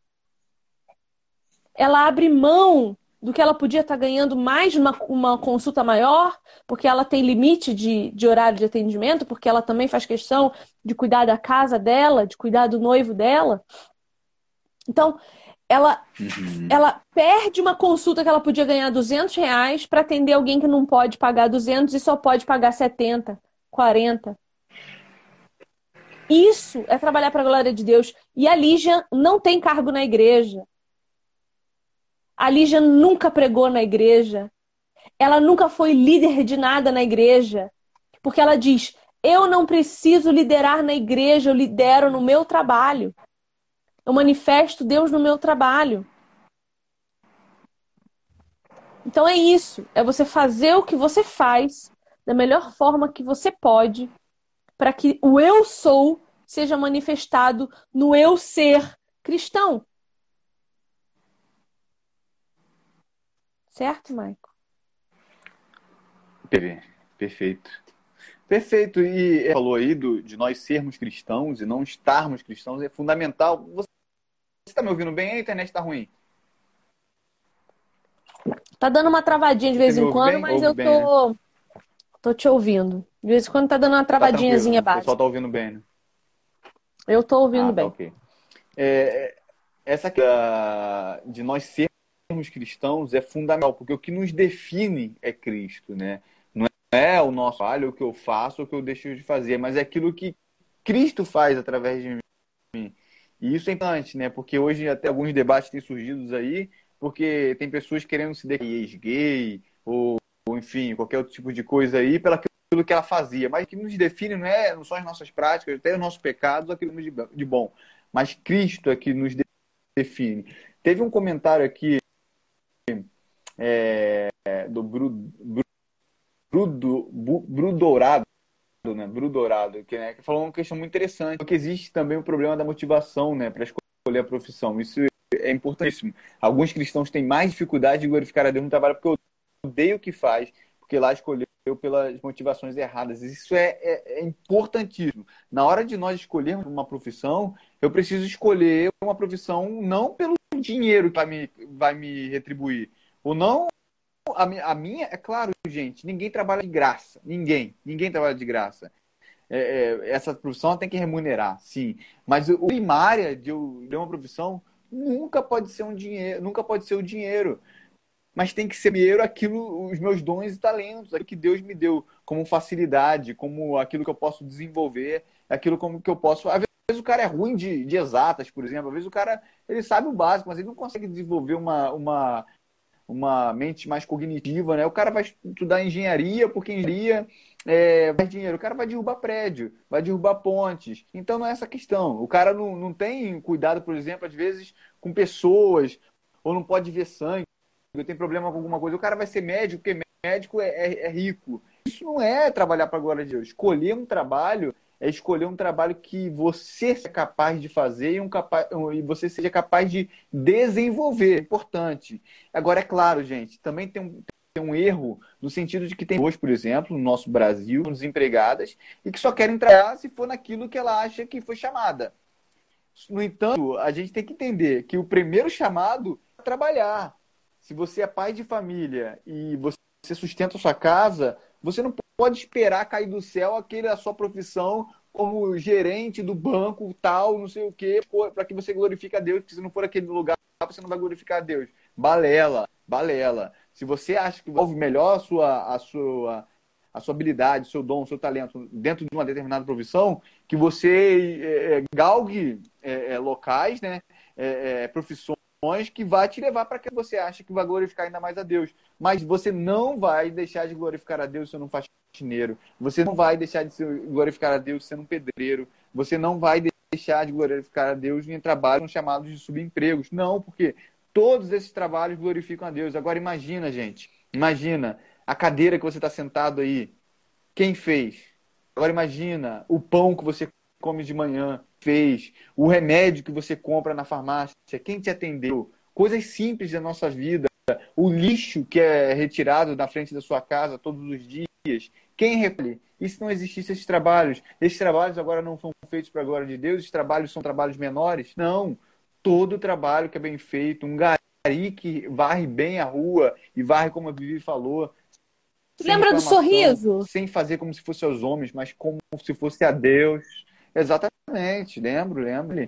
C: Ela abre mão do que ela podia estar ganhando mais numa consulta maior, porque ela tem limite de horário de atendimento, porque ela também faz questão de cuidar da casa dela, de cuidar do noivo dela. Então, ela perde uma consulta que ela podia ganhar R$200 para atender alguém que não pode pagar 200 e só pode pagar 70, 40. Isso é trabalhar para a glória de Deus. E a Lígia não tem cargo na igreja. A Lígia nunca pregou na igreja. Ela nunca foi líder de nada na igreja. Porque ela diz, eu não preciso liderar na igreja, eu lidero no meu trabalho. Eu manifesto Deus no meu trabalho. Então é isso. É você fazer o que você faz da melhor forma que você pode para que o eu sou seja manifestado no eu ser cristão. Certo, Maico?
B: Perfeito. Perfeito. E falou aí de nós sermos cristãos e não estarmos cristãos, é fundamental. Você está me ouvindo bem? A internet está ruim?
C: Tá dando uma travadinha de vez em quando, mas eu tô te ouvindo. De vez em quando tá dando uma travadinhazinha básica.
B: O pessoal tá ouvindo bem, né?
C: Eu tô ouvindo bem.
B: Tá, ok. Essa de nós sermos cristãos é fundamental, porque o que nos define é Cristo, né? Não é o nosso trabalho, o que eu faço, o que eu deixo de fazer, mas é aquilo que Cristo faz através de mim. E isso é importante, né? Porque hoje até alguns debates têm surgido aí, porque tem pessoas querendo se declarar ex-gay, ou enfim, qualquer outro tipo de coisa aí, pelo que ela fazia. Mas o que nos define não são as nossas práticas, até os nossos pecados, aquilo de bom. Mas Cristo é que nos define. Teve um comentário aqui do Brudorado, né? Brudorado, que falou uma questão muito interessante, porque existe também o problema da motivação, né, para escolher a profissão. Isso é importantíssimo. Alguns cristãos têm mais dificuldade de glorificar a Deus no trabalho porque odeia o que faz, porque lá escolheu pelas motivações erradas. Isso é importantíssimo. Na hora de nós escolhermos uma profissão, eu preciso escolher uma profissão não pelo dinheiro que vai me retribuir, ou não. A minha, é claro, gente, ninguém trabalha de graça. Ninguém trabalha de graça. Essa profissão tem que remunerar, sim. Mas a primária de uma profissão nunca pode ser o dinheiro. Mas tem que ser primeiro os meus dons e talentos, aquilo que Deus me deu como facilidade, como aquilo que eu posso desenvolver, aquilo como que eu posso. Às vezes o cara é ruim de exatas, por exemplo. Às vezes o cara ele sabe o básico, mas ele não consegue desenvolver uma mente mais cognitiva, né? O cara vai estudar engenharia, porque engenharia faz dinheiro. O cara vai derrubar prédio, vai derrubar pontes. Então não é essa questão. O cara não tem cuidado, por exemplo, às vezes com pessoas, ou não pode ver sangue, tem problema com alguma coisa. O cara vai ser médico, porque médico é rico. Isso não é trabalhar para a glória de Deus. Escolher um trabalho é escolher um trabalho que você seja capaz de fazer e você seja capaz de desenvolver. É importante. Agora, é claro, gente, também tem um erro no sentido de que tem pessoas, por exemplo, no nosso Brasil, desempregadas, e que só querem trabalhar se for naquilo que ela acha que foi chamada. No entanto, a gente tem que entender que o primeiro chamado é trabalhar. Se você é pai de família e você sustenta a sua casa, você não pode esperar cair do céu a sua profissão como gerente do banco, tal, não sei o quê, para que você glorifique a Deus, porque se não for aquele lugar, você não vai glorificar a Deus. Balela. Se você acha que envolve melhor a sua habilidade, o seu dom, o seu talento dentro de uma determinada profissão, que você galgue locais, né, profissões que vai te levar para que você acha que vai glorificar ainda mais a Deus. Mas você não vai deixar de glorificar a Deus sendo um faxineiro. Você não vai deixar de glorificar a Deus sendo um pedreiro. Você não vai deixar de glorificar a Deus em trabalhos chamados de subempregos. Não, porque todos esses trabalhos glorificam a Deus. Agora imagina, gente. Imagina a cadeira que você está sentado aí. Quem fez? Agora imagina o pão que você come de manhã. Fez, o remédio que você compra na farmácia, quem te atendeu, coisas simples da nossa vida, o lixo que é retirado da frente da sua casa todos os dias, quem recolhe? E se não existissem esses trabalhos agora não são feitos para a glória de Deus, esses trabalhos são trabalhos menores? Não, todo trabalho que é bem feito, um gari que varre bem a rua e varre como a Vivi falou,
C: lembra do sorriso?
B: Sem fazer como se fosse aos homens, mas como se fosse a Deus. Exatamente, lembro.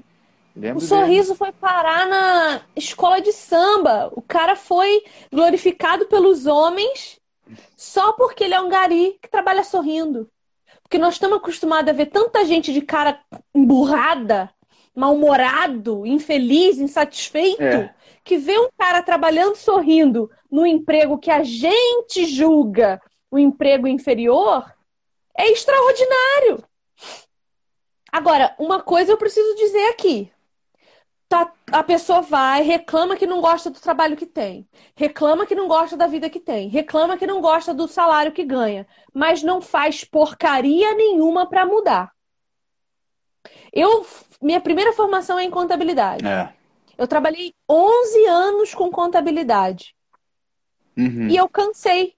C: O sorriso foi parar na escola de samba. O cara foi glorificado pelos homens só porque ele é um gari que trabalha sorrindo. Porque nós estamos acostumados a ver tanta gente de cara emburrada, mal-humorado, infeliz, insatisfeito, que vê um cara trabalhando sorrindo no emprego que a gente julga o emprego inferior é extraordinário. Agora, uma coisa eu preciso dizer aqui. A pessoa vai, reclama que não gosta do trabalho que tem. Reclama que não gosta da vida que tem. Reclama que não gosta do salário que ganha. Mas não faz porcaria nenhuma para mudar. Minha primeira formação é em contabilidade. Eu trabalhei 11 anos com contabilidade.
B: Uhum.
C: E eu cansei.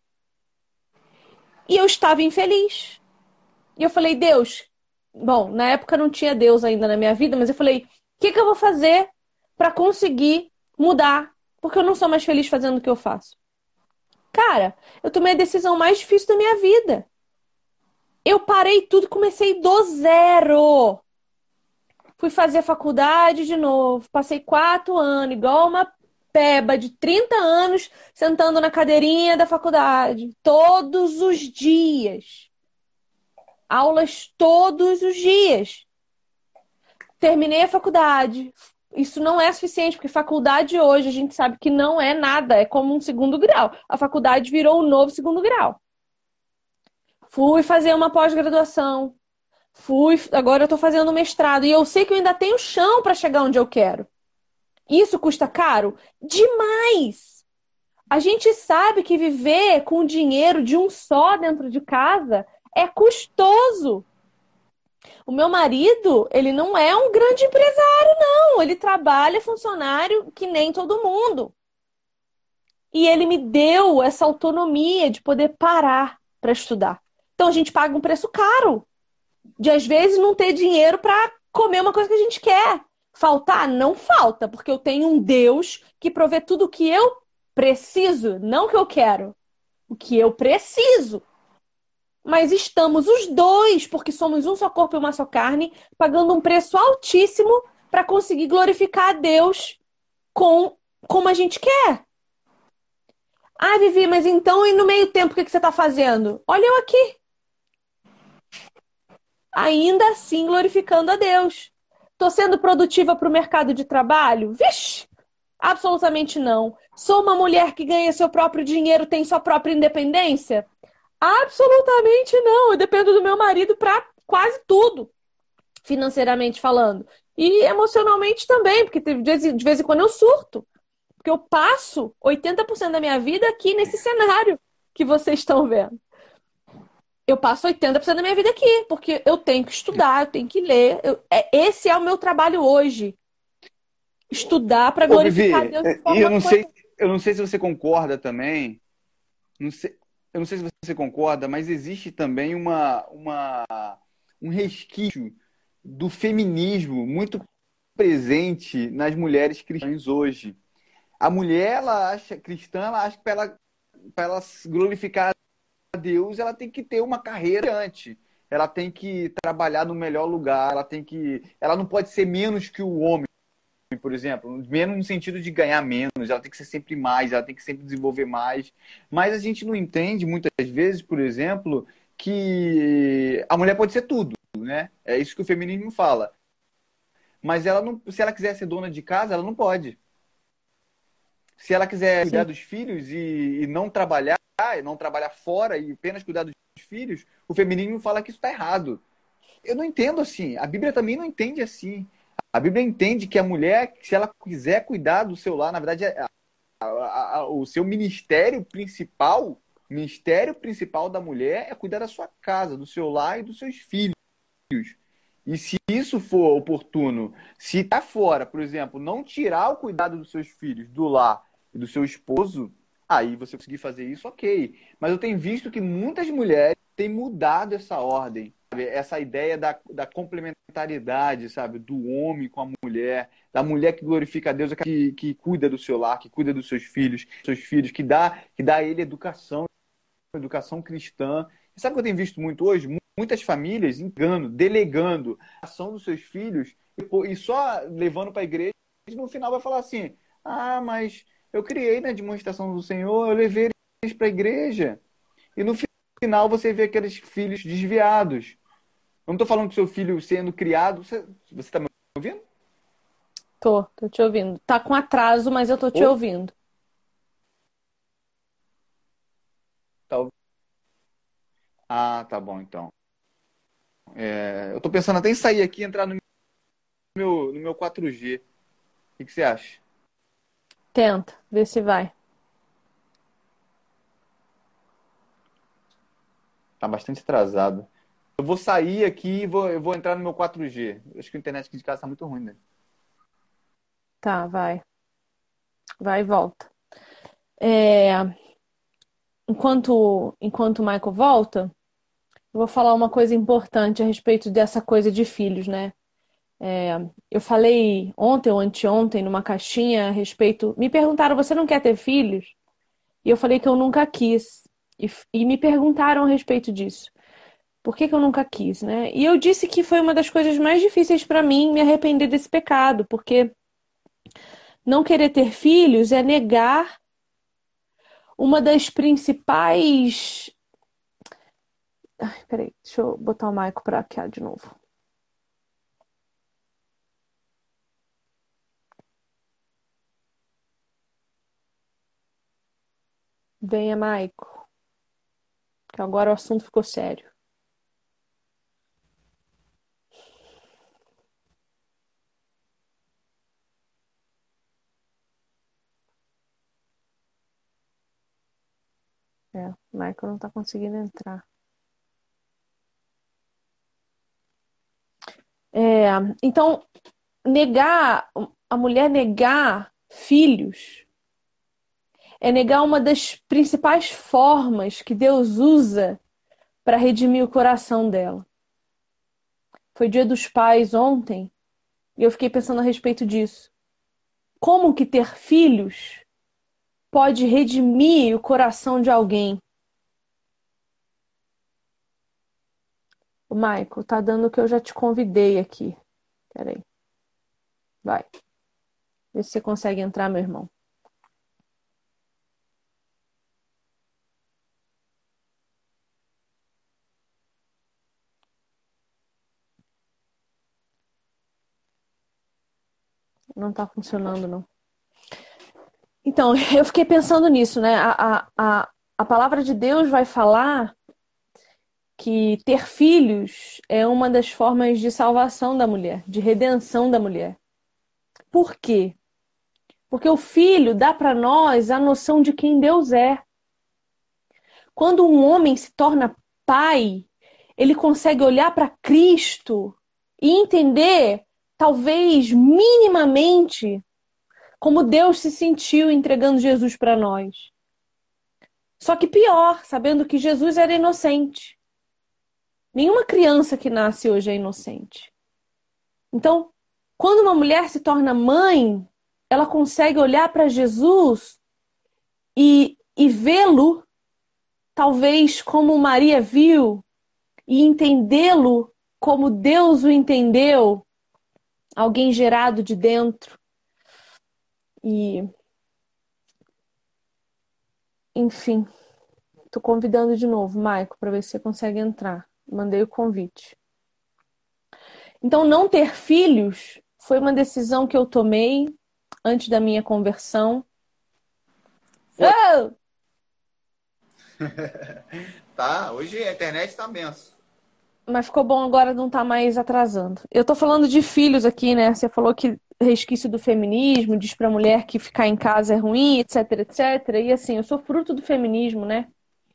C: E eu estava infeliz. E eu falei, Deus... Bom, na época não tinha Deus ainda na minha vida, mas eu falei, o que eu vou fazer para conseguir mudar? Porque eu não sou mais feliz fazendo o que eu faço. Cara, eu tomei a decisão mais difícil da minha vida. Eu parei tudo, comecei do zero. Fui fazer faculdade de novo, passei 4 anos, igual uma peba de 30 anos, sentando na cadeirinha da faculdade, todos os dias. aulas todos os dias. Terminei a faculdade. Isso não é suficiente, porque faculdade hoje a gente sabe que não é nada, é como um segundo grau. A faculdade virou um novo segundo grau. Fui fazer uma pós-graduação. Agora eu estou fazendo mestrado. E eu sei que eu ainda tenho chão para chegar onde eu quero. Isso custa caro? Demais! A gente sabe que viver com o dinheiro de um só dentro de casa é custoso. O meu marido, ele não é um grande empresário, não. Ele trabalha funcionário que nem todo mundo. E ele me deu essa autonomia de poder parar para estudar. Então a gente paga um preço caro. De às vezes não ter dinheiro para comer uma coisa que a gente quer. Faltar? Não falta, porque eu tenho um Deus que provê tudo o que eu preciso, não o que eu quero. O que eu preciso. Mas estamos os dois, porque somos um só corpo e uma só carne, pagando um preço altíssimo para conseguir glorificar a Deus como a gente quer. Ah, Vivi, mas então e no meio tempo o que você está fazendo? Olha eu aqui. Ainda assim glorificando a Deus. Estou sendo produtiva para o mercado de trabalho? Vixe, absolutamente não. Sou uma mulher que ganha seu próprio dinheiro, tem sua própria independência? Absolutamente não. Eu dependo do meu marido para quase tudo, financeiramente falando. E emocionalmente também, porque de vez em quando eu surto. Porque eu passo 80% da minha vida aqui nesse cenário que vocês estão vendo. Eu passo 80% da minha vida aqui, porque eu tenho que estudar, eu tenho que ler. Esse é o meu trabalho hoje. Estudar para glorificar
B: Vivi,
C: Deus de forma
B: e eu não sei se você concorda também. Eu não sei se você concorda, mas existe também um resquício do feminismo muito presente nas mulheres cristãs hoje. A mulher, cristã, ela acha que para ela glorificar a Deus, ela tem que ter uma carreira antes. Ela tem que trabalhar no melhor lugar, ela não pode ser menos que o homem, por exemplo, menos no sentido de ganhar menos, ela tem que ser sempre mais, ela tem que sempre desenvolver mais. Mas a gente não entende muitas vezes, por exemplo, que a mulher pode ser tudo, né? É isso que o feminismo fala. Mas ela não, se ela quiser ser dona de casa, ela não pode. Se ela quiser cuidar dos filhos e não trabalhar fora e apenas cuidar dos filhos, o feminismo fala que isso está errado. Eu não entendo assim. A Bíblia também não entende assim. A Bíblia entende que a mulher, se ela quiser cuidar do seu lar, na verdade, o seu ministério principal da mulher é cuidar da sua casa, do seu lar e dos seus filhos. E se isso for oportuno, se está fora, por exemplo, não tirar o cuidado dos seus filhos, do lar e do seu esposo, aí você conseguir fazer isso, ok. Mas eu tenho visto que muitas mulheres têm mudado essa ordem. Essa ideia da complementariedade, sabe? Do homem com a mulher, da mulher que glorifica a Deus, que cuida do seu lar, que cuida dos seus filhos, que dá a ele educação cristã. E sabe o que eu tenho visto muito hoje? Muitas famílias delegando a ação dos seus filhos e só levando para a igreja, e no final vai falar assim: ah, mas eu criei na demonstração do Senhor, eu levei eles para a igreja. E no final você vê aqueles filhos desviados. Eu não estou falando do seu filho sendo criado. Você está me ouvindo?
C: Tô te ouvindo. Tá com atraso, mas eu tô te ouvindo.
B: Tá. Ah, tá bom, então. Eu tô pensando até em sair aqui e entrar no meu 4G. O que você acha?
C: Tenta, vê se vai.
B: Tá bastante atrasado. Eu vou sair aqui e eu vou entrar no meu 4G. Acho que a internet aqui de casa tá muito ruim, né?
C: Tá, vai. Vai e volta. Enquanto o Michael volta, eu vou falar uma coisa importante a respeito dessa coisa de filhos, né? Eu falei ontem ou anteontem numa caixinha a respeito. Me perguntaram: você não quer ter filhos? E eu falei que eu nunca quis. E me perguntaram a respeito disso. Por que eu nunca quis, né? E eu disse que foi uma das coisas mais difíceis para mim me arrepender desse pecado, porque não querer ter filhos é negar uma das principais Ai, peraí, deixa eu botar o Maico pra cá de novo. Venha, Maico, que agora o assunto ficou sério. O Maico não tá conseguindo entrar. Então, a mulher negar filhos é negar uma das principais formas que Deus usa para redimir o coração dela. Foi Dia dos Pais ontem e eu fiquei pensando a respeito disso. Como que ter filhos pode redimir o coração de alguém? O Michael, tá dando o que eu já te convidei aqui. Peraí. Vai. Vê se você consegue entrar, meu irmão. Não tá funcionando, não. Então, eu fiquei pensando nisso, né? A palavra de Deus vai falar que ter filhos é uma das formas de salvação da mulher, de redenção da mulher. Por quê? Porque o filho dá para nós a noção de quem Deus é. Quando um homem se torna pai, ele consegue olhar para Cristo e entender, talvez minimamente, como Deus se sentiu entregando Jesus para nós. Só que pior, sabendo que Jesus era inocente. Nenhuma criança que nasce hoje é inocente. Então, quando uma mulher se torna mãe, ela consegue olhar para Jesus e vê-lo, talvez como Maria viu, e entendê-lo como Deus o entendeu, alguém gerado de dentro. E, enfim, tô convidando de novo, Maico, para ver se você consegue entrar. Mandei o convite. Então, não ter filhos foi uma decisão que eu tomei antes da minha conversão. Oh!
B: Tá, hoje a internet tá benção.
C: Mas ficou bom agora não tá mais atrasando. Eu tô falando de filhos aqui, né? Você falou que resquício do feminismo, diz pra mulher que ficar em casa é ruim, etc, etc. E assim, eu sou fruto do feminismo, né?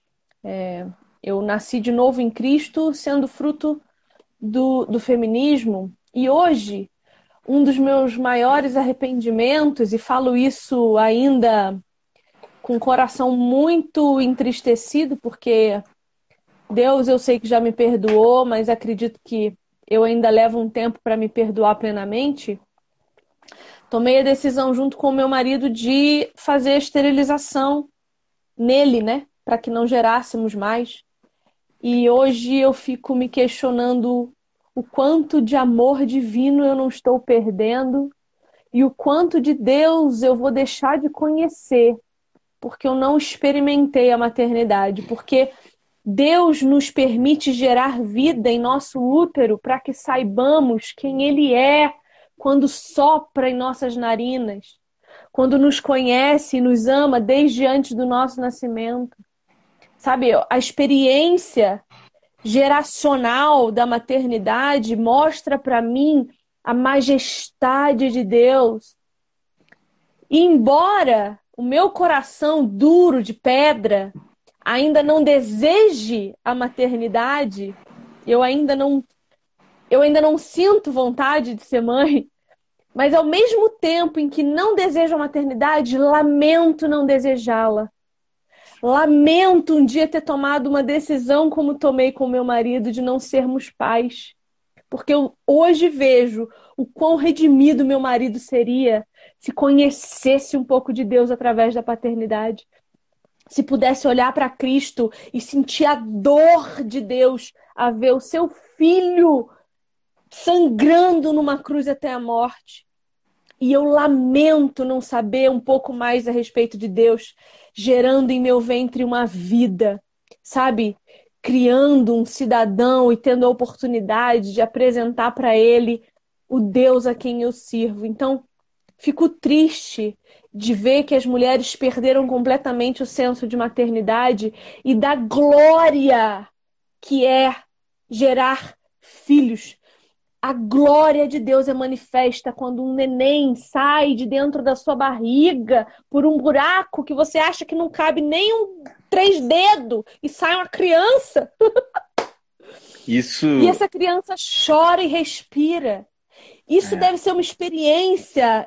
C: Eu nasci de novo em Cristo, sendo fruto do feminismo. E hoje, um dos meus maiores arrependimentos, e falo isso ainda com o coração muito entristecido, porque Deus, eu sei que já me perdoou, mas acredito que eu ainda levo um tempo para me perdoar plenamente. Tomei a decisão junto com o meu marido de fazer a esterilização nele, né? Para que não gerássemos mais. E hoje eu fico me questionando o quanto de amor divino eu não estou perdendo e o quanto de Deus eu vou deixar de conhecer, porque eu não experimentei a maternidade, porque Deus nos permite gerar vida em nosso útero para que saibamos quem Ele é quando sopra em nossas narinas, quando nos conhece e nos ama desde antes do nosso nascimento. Sabe, a experiência geracional da maternidade mostra para mim a majestade de Deus. E embora o meu coração duro de pedra ainda não deseje a maternidade, eu ainda não sinto vontade de ser mãe, mas ao mesmo tempo em que não desejo a maternidade, lamento não desejá-la. Lamento um dia ter tomado uma decisão como tomei com meu marido de não sermos pais. Porque eu hoje vejo o quão redimido meu marido seria se conhecesse um pouco de Deus através da paternidade. Se pudesse olhar para Cristo e sentir a dor de Deus a ver o seu filho sangrando numa cruz até a morte. E eu lamento não saber um pouco mais a respeito de Deus, gerando em meu ventre uma vida, sabe? criando um cidadão e tendo a oportunidade de apresentar para ele o Deus a quem eu sirvo. Então, fico triste de ver que as mulheres perderam completamente o senso de maternidade e da glória que é gerar filhos. A glória de Deus é manifesta quando um neném sai de dentro da sua barriga por um buraco que você acha que não cabe nem 3 dedos e sai uma criança.
B: Isso.
C: E essa criança chora e respira. Isso deve ser uma experiência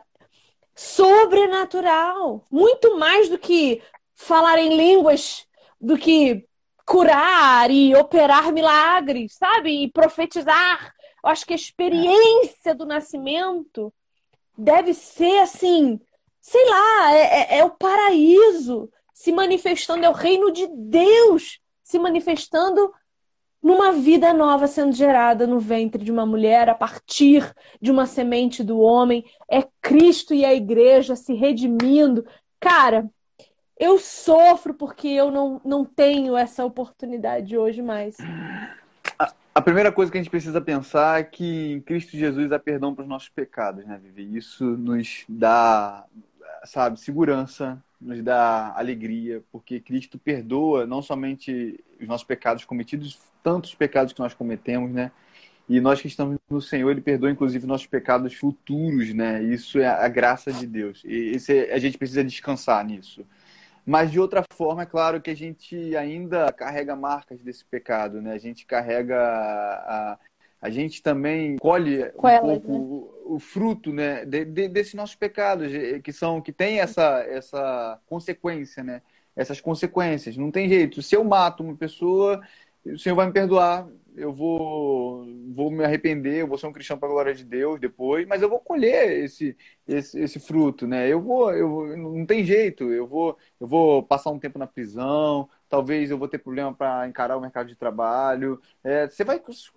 C: sobrenatural. Muito mais do que falar em línguas, do que curar e operar milagres, sabe? E profetizar. Eu acho que a experiência do nascimento deve ser assim, sei lá, é o paraíso se manifestando, é o reino de Deus se manifestando numa vida nova sendo gerada no ventre de uma mulher a partir de uma semente do homem. É Cristo e a igreja se redimindo. Cara, eu sofro porque eu não tenho essa oportunidade hoje mais.
B: A primeira coisa que a gente precisa pensar é que em Cristo Jesus há perdão para os nossos pecados, né, Vivi? Isso nos dá, sabe, segurança, nos dá alegria, porque Cristo perdoa não somente os nossos pecados cometidos, tantos pecados que nós cometemos, né? E nós que estamos no Senhor, Ele perdoa inclusive nossos pecados futuros, né? Isso é a graça de Deus. E a gente precisa descansar nisso. Mas, de outra forma, é claro que a gente ainda carrega marcas desse pecado, né? A gente carrega... A gente também colhe um pouco o fruto, né, desses nossos pecados, que tem essa consequência, né? Essas consequências. Não tem jeito. Se eu mato uma pessoa, o Senhor vai me perdoar. Eu vou me arrepender, eu vou ser um cristão para a glória de Deus depois, mas eu vou colher esse fruto, né? Não tem jeito, eu vou passar um tempo na prisão, talvez eu vou ter problema para encarar o mercado de trabalho, você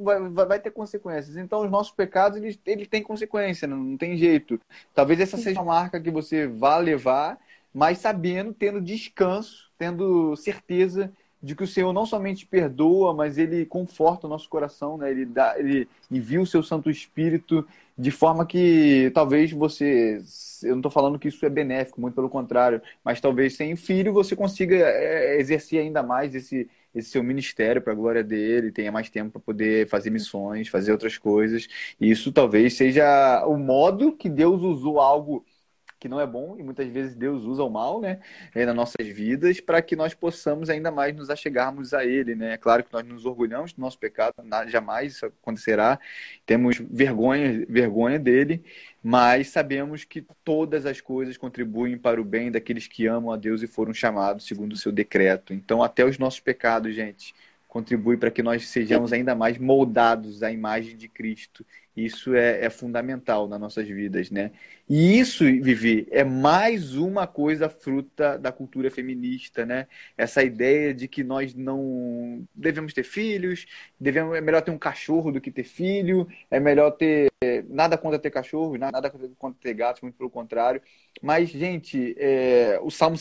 B: vai ter consequências. Então, os nossos pecados, eles têm consequência, não tem jeito. Talvez essa seja a marca que você vá levar, mas sabendo, tendo descanso, tendo certeza de que o Senhor não somente perdoa, mas Ele conforta o nosso coração, né? Ele envia o seu Santo Espírito de forma que talvez você... Eu não estou falando que isso é benéfico, muito pelo contrário, mas talvez sem filho você consiga exercer ainda mais esse seu ministério para a glória dele, tenha mais tempo para poder fazer missões, fazer outras coisas. E isso talvez seja o modo que Deus usou algo que não é bom, e muitas vezes Deus usa o mal, né, nas nossas vidas, para que nós possamos ainda mais nos achegarmos a Ele, né? É claro que nós nos orgulhamos do nosso pecado, jamais isso acontecerá, temos vergonha dele, mas sabemos que todas as coisas contribuem para o bem daqueles que amam a Deus e foram chamados segundo o seu decreto. Então, até os nossos pecados, gente, contribui para que nós sejamos ainda mais moldados à imagem de Cristo. Isso é fundamental nas nossas vidas, né? E isso, Vivi, é mais uma coisa fruta da cultura feminista, né? Essa ideia de que nós não devemos ter filhos, é melhor ter um cachorro do que ter filho, é melhor ter... Nada contra ter cachorros, nada contra ter gatos, muito pelo contrário. Mas, gente, o Salmo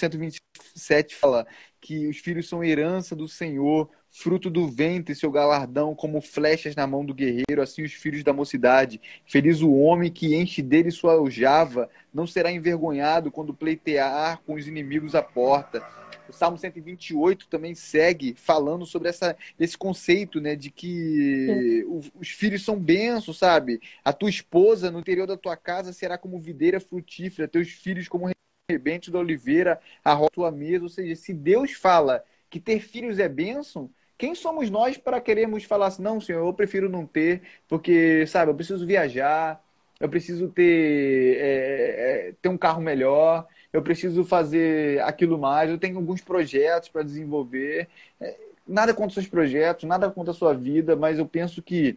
B: 127 fala que os filhos são herança do Senhor, fruto do ventre, seu galardão, como flechas na mão do guerreiro, assim os filhos da mocidade. Feliz o homem que enche dele sua aljava, não será envergonhado quando pleitear com os inimigos à porta. O Salmo 128 também segue falando sobre esse conceito, né, de que os filhos são bênçãos, sabe? A tua esposa no interior da tua casa será como videira frutífera, teus filhos como rebente da oliveira, a tua mesa. Ou seja, se Deus fala que ter filhos é bênção, quem somos nós para querermos falar assim, não, Senhor, eu prefiro não ter, porque, sabe, eu preciso viajar, eu preciso ter um carro melhor, eu preciso fazer aquilo mais, eu tenho alguns projetos para desenvolver. Nada contra os seus projetos, nada contra a sua vida, mas eu penso que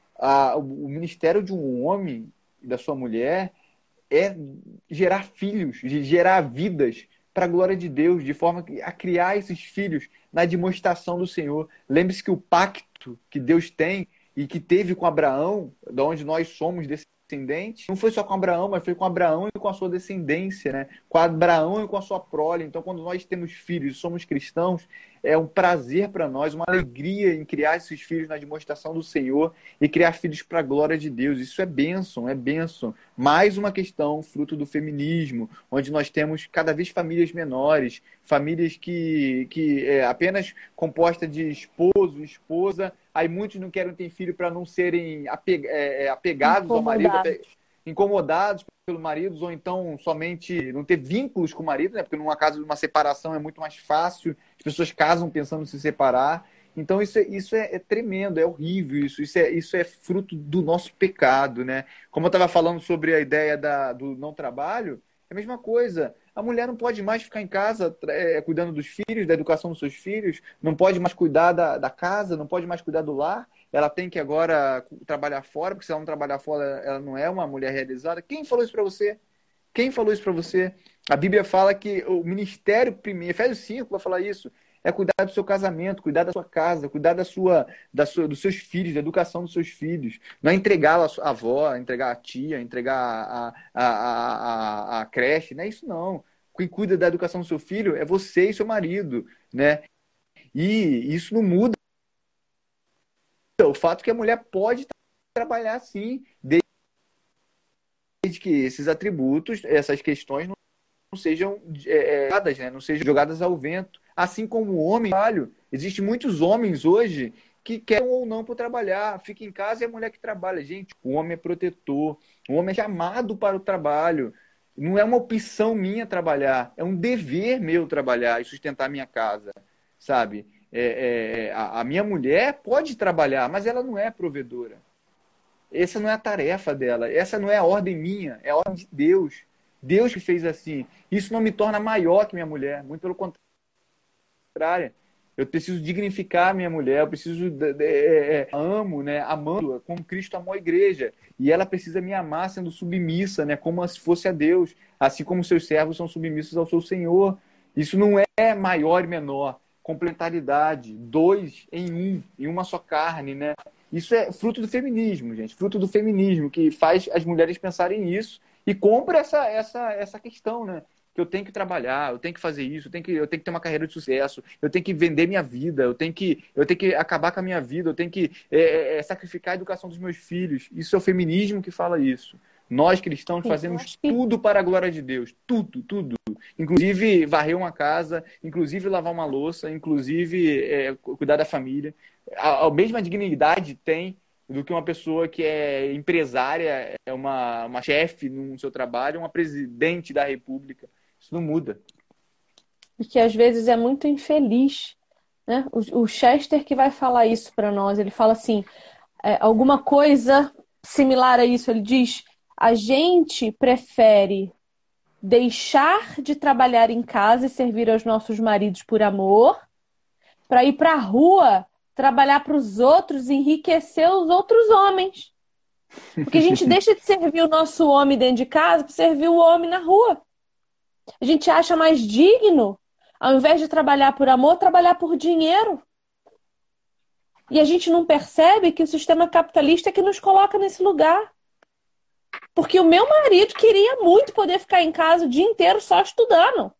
B: o ministério de um homem e da sua mulher é gerar filhos, gerar vidas para a glória de Deus, de forma a criar esses filhos na demonstração do Senhor. Lembre-se que o pacto que Deus tem e que teve com Abraão, de onde nós somos descendentes, não foi só com Abraão, mas foi com Abraão e com a sua descendência, né? Com Abraão e com a sua prole. Então, quando nós temos filhos e somos cristãos, é um prazer para nós, uma alegria em criar esses filhos na demonstração do Senhor e criar filhos para a glória de Deus. Isso é bênção, é bênção. Mais uma questão fruto do feminismo, onde nós temos cada vez famílias menores, famílias que é apenas composta de esposo, esposa. Aí muitos não querem ter filho para não serem apegados ao marido, incomodados pelo marido, ou então somente não ter vínculos com o marido, né? Porque numa casa de uma separação é muito mais fácil, as pessoas casam pensando em se separar. Então isso é tremendo, é horrível, isso é fruto do nosso pecado, né? Como eu estava falando sobre a ideia do não trabalho, é a mesma coisa. A mulher não pode mais ficar em casa cuidando dos filhos, da educação dos seus filhos, não pode mais cuidar da casa, não pode mais cuidar do lar. Ela tem que agora trabalhar fora, porque se ela não trabalhar fora, ela não é uma mulher realizada. Quem falou isso para você? Quem falou isso para você? A Bíblia fala que o ministério primeiro, Efésios 5 vai falar isso, é cuidar do seu casamento, cuidar da sua casa, cuidar dos seus filhos, da educação dos seus filhos. Não é entregar a avó, entregar a tia, entregar a creche, não é isso não. Quem cuida da educação do seu filho é você e seu marido, né? E isso não muda o fato que a mulher pode trabalhar sim, desde que esses atributos, essas questões não sejam né? Não sejam jogadas ao vento. Assim como o homem, existem muitos homens hoje que querem ou não para trabalhar, fica em casa e a mulher que trabalha. Gente, o homem é protetor, o homem é chamado para o trabalho. Não é uma opção minha trabalhar, é um dever meu trabalhar e sustentar minha casa, sabe? A minha mulher pode trabalhar, mas ela não é provedora. Essa não é a tarefa dela, essa não é a ordem minha, é a ordem de Deus. Deus que fez assim. Isso não me torna maior que minha mulher, muito pelo contrário. Eu preciso dignificar a minha mulher, eu preciso amo, né, amando como Cristo amou a igreja. E ela precisa me amar sendo submissa, né, como se fosse a Deus, assim como seus servos são submissos ao seu Senhor. Isso não é maior e menor, complementaridade, dois em uma só carne, né? Isso é fruto do feminismo, gente, fruto do feminismo que faz as mulheres pensarem nisso e compra essa questão, né? Que eu tenho que trabalhar, eu tenho que fazer isso, eu tenho que ter uma carreira de sucesso, eu tenho que vender minha vida, eu tenho que acabar com a minha vida, eu tenho que sacrificar a educação dos meus filhos. Isso é o feminismo que fala isso. Nós, cristãos, fazemos tudo para a glória de Deus. Tudo, tudo. Inclusive varrer uma casa, inclusive lavar uma louça, inclusive cuidar da família. A mesma dignidade tem do que uma pessoa que é empresária, é uma chefe no seu trabalho, uma presidente da república. Isso não muda.
C: E que às vezes é muito infeliz, né? O Chester que vai falar isso para nós. Ele fala assim, alguma coisa similar a isso. Ele diz, a gente prefere deixar de trabalhar em casa e servir aos nossos maridos por amor, para ir para a rua trabalhar para os outros e enriquecer os outros homens. Porque a gente deixa de servir o nosso homem dentro de casa para servir o homem na rua. A gente acha mais digno, ao invés de trabalhar por amor, trabalhar por dinheiro. E a gente não percebe que o sistema capitalista é que nos coloca nesse lugar. Porque o meu marido queria muito poder ficar em casa o dia inteiro só estudando.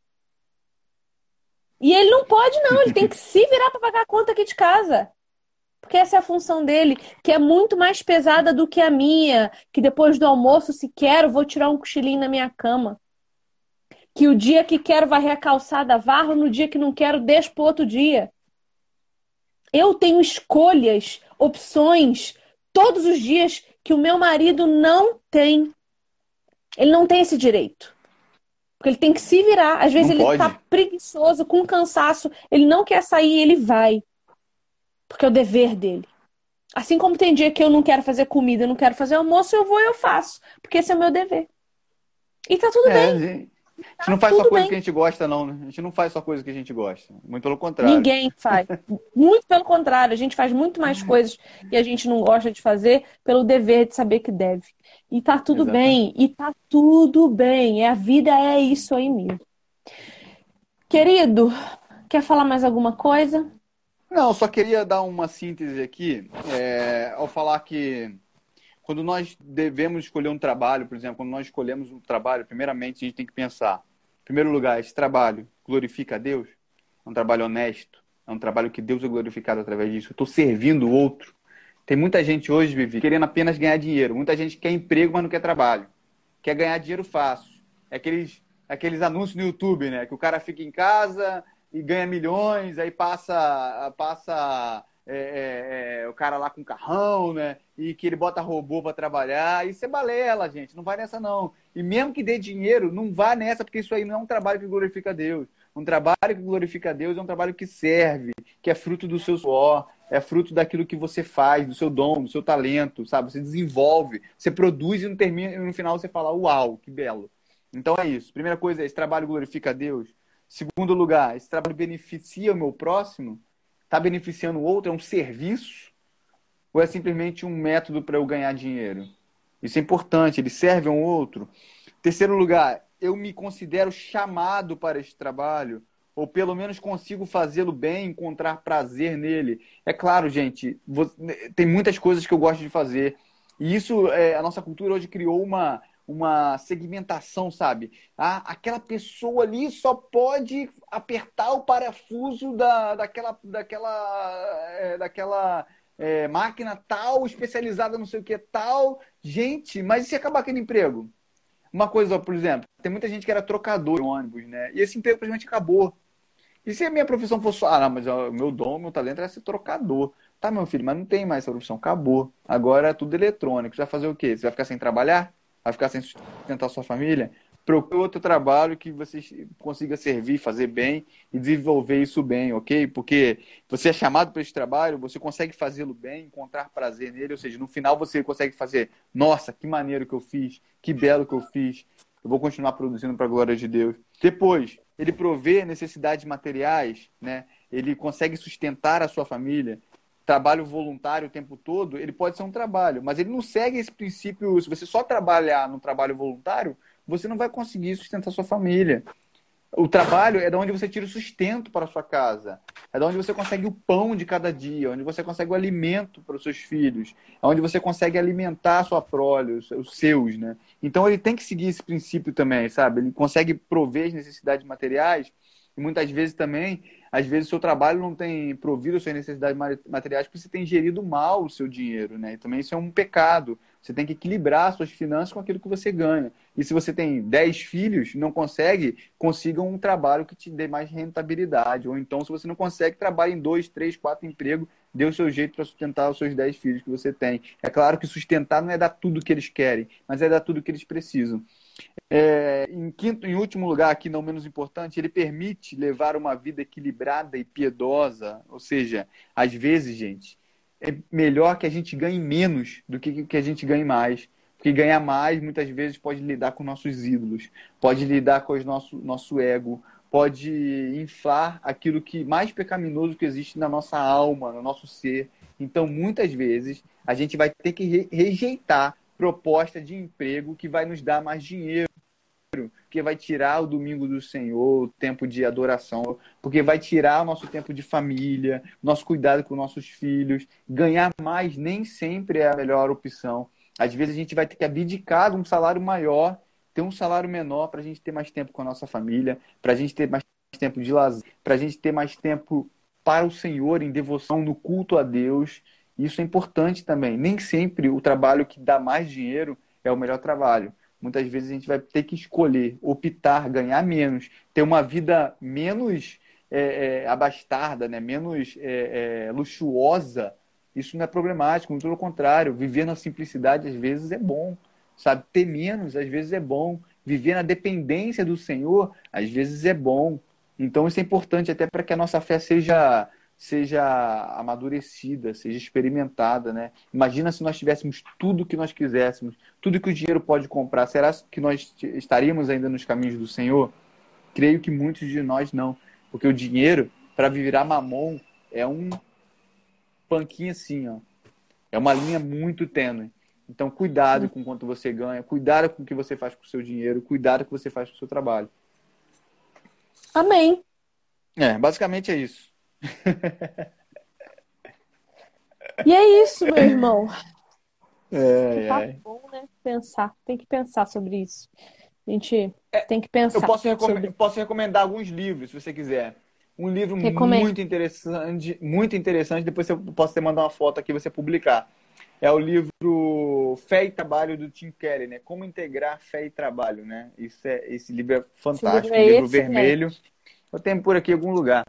C: E ele não pode, não. Ele tem que se virar para pagar a conta aqui de casa. Porque essa é a função dele, que é muito mais pesada do que a minha. Que depois do almoço, se quero, vou tirar um cochilinho na minha cama. Que o dia que quero varrer a calçada, varro. No dia que não quero, deixo para outro dia. Eu tenho escolhas, opções, todos os dias que o meu marido não tem. Ele não tem esse direito. Porque ele tem que se virar. Às vezes ele tá preguiçoso, com cansaço. Ele não quer sair, ele vai. Porque é o dever dele. Assim como tem dia que eu não quero fazer comida, eu não quero fazer almoço, eu vou e eu faço. Porque esse é o meu dever. E tá tudo bem.
B: A gente não faz só coisa que a gente gosta, não, né? A gente não faz só coisa que a gente gosta. Muito pelo contrário.
C: Ninguém faz. Muito pelo contrário. A gente faz muito mais coisas que a gente não gosta de fazer pelo dever de saber que deve. E tá tudo bem. E tá tudo bem. A vida é isso aí mesmo. Querido, quer falar mais alguma coisa?
B: Não, só queria dar uma síntese aqui. Ao falar que quando nós devemos escolher um trabalho, por exemplo, quando nós escolhemos um trabalho, primeiramente a gente tem que pensar, em primeiro lugar, esse trabalho glorifica a Deus? É um trabalho honesto? É um trabalho que Deus é glorificado através disso. Eu estou servindo o outro. Tem muita gente hoje, Vivi, querendo apenas ganhar dinheiro. Muita gente quer emprego, mas não quer trabalho. Quer ganhar dinheiro fácil. É aqueles anúncios no YouTube, né? Que o cara fica em casa e ganha milhões, aí passa o cara lá com carrão, né? E que ele bota robô para trabalhar. Isso é balela, gente. Não vai nessa, não. E mesmo que dê dinheiro, não vá nessa, porque isso aí não é um trabalho que glorifica a Deus. Um trabalho que glorifica a Deus é um trabalho que serve, que é fruto do seu suor, é fruto daquilo que você faz, do seu dom, do seu talento, sabe? Você desenvolve, você produz e no final você fala, uau, que belo. Então é isso. Primeira coisa, esse trabalho glorifica a Deus. Segundo lugar, esse trabalho beneficia o meu próximo? Está beneficiando o outro? É um serviço? Ou é simplesmente um método para eu ganhar dinheiro? Isso é importante, ele serve a um outro. Terceiro lugar, eu me considero chamado para este trabalho? Ou pelo menos consigo fazê-lo bem, encontrar prazer nele? É claro, gente, tem muitas coisas que eu gosto de fazer. E isso, a nossa cultura hoje criou uma segmentação, sabe? Aquela pessoa ali só pode apertar o parafuso daquela máquina tal, especializada não sei o que tal. Gente, mas e se acabar aquele emprego? Uma coisa, por exemplo, tem muita gente que era trocador de ônibus, né? E esse emprego praticamente acabou. E se a minha profissão fosse... não, mas o meu dom, meu talento era ser trocador. Tá, meu filho, mas não tem mais essa profissão, acabou. Agora é tudo eletrônico. Você vai fazer o quê? Você vai ficar sem trabalhar? Vai ficar sem sustentar a sua família? Procure outro trabalho que você consiga servir, fazer bem e desenvolver isso bem, ok? Porque você é chamado para esse trabalho, você consegue fazê-lo bem, encontrar prazer nele, ou seja, no final você consegue fazer, nossa, que maneiro que eu fiz, que belo que eu fiz, eu vou continuar produzindo para a glória de Deus. Depois, ele provê necessidades materiais, né? Ele consegue sustentar a sua família. Trabalho voluntário o tempo todo, ele pode ser um trabalho, mas ele não segue esse princípio. Se você só trabalhar no trabalho voluntário, você não vai conseguir sustentar sua família. O trabalho é de onde você tira o sustento para a sua casa. É de onde você consegue o pão de cada dia, onde você consegue o alimento para os seus filhos, é onde você consegue alimentar a sua prole, os seus, né? Então ele tem que seguir esse princípio também, sabe? Ele consegue prover as necessidades materiais e muitas vezes também, às vezes o seu trabalho não tem provido as suas necessidades materiais porque você tem gerido mal o seu dinheiro, né? E também isso é um pecado. Você tem que equilibrar as suas finanças com aquilo que você ganha. E se você tem 10 filhos, não consegue, consiga um trabalho que te dê mais rentabilidade. Ou então, se você não consegue, trabalhe em 2, 3, 4 empregos, dê o seu jeito para sustentar os seus 10 filhos que você tem. É claro que sustentar não é dar tudo o que eles querem, mas é dar tudo o que eles precisam. Em último lugar, aqui não menos importante, ele permite levar uma vida equilibrada e piedosa. Ou seja, às vezes, gente, é melhor que a gente ganhe menos do que a gente ganhe mais. Porque ganhar mais, muitas vezes, pode lidar com nossos ídolos, pode lidar com o nosso ego, pode inflar aquilo que mais pecaminoso que existe na nossa alma, no nosso ser. Então, muitas vezes, a gente vai ter que rejeitar proposta de emprego que vai nos dar mais dinheiro, porque vai tirar o domingo do Senhor, o tempo de adoração, porque vai tirar o nosso tempo de família, nosso cuidado com nossos filhos. Ganhar mais nem sempre é a melhor opção. Às vezes a gente vai ter que abdicar de um salário maior, ter um salário menor para a gente ter mais tempo com a nossa família, para a gente ter mais tempo de lazer, para a gente ter mais tempo para o Senhor em devoção, no culto a Deus. Isso é importante também. Nem sempre o trabalho que dá mais dinheiro é o melhor trabalho. Muitas vezes a gente vai ter que escolher, optar, ganhar menos, ter uma vida menos abastarda, né? Menos luxuosa. Isso não é problemático, muito pelo contrário. Viver na simplicidade às vezes é bom, sabe? Ter menos às vezes é bom. Viver na dependência do Senhor às vezes é bom. Então isso é importante até para que a nossa fé seja amadurecida, seja experimentada, né? Imagina se nós tivéssemos tudo que nós quiséssemos, tudo que o dinheiro pode comprar. Será que nós estaríamos ainda nos caminhos do Senhor? Creio que muitos de nós não. Porque o dinheiro, para virar mamon, é um panquinho assim, ó. É uma linha muito tênue. Então, cuidado com quanto você ganha, cuidado com o que você faz com o seu dinheiro, cuidado com o que você faz com o seu trabalho.
C: Amém.
B: Basicamente é isso.
C: E é isso, meu irmão. Tá
B: É.
C: bom, né? Tem que pensar sobre isso. A gente tem que pensar
B: Eu posso recomendar alguns livros, se você quiser. um livro
C: Recomendo.
B: muito interessante. Depois eu posso te mandar uma foto aqui e você publicar. É o livro Fé e Trabalho do Tim Keller, né? Como integrar fé e trabalho, né? Esse livro é
C: Esse livro
B: fantástico, um
C: é
B: livro
C: excelente.
B: vermelho. Eu tenho por aqui em algum lugar.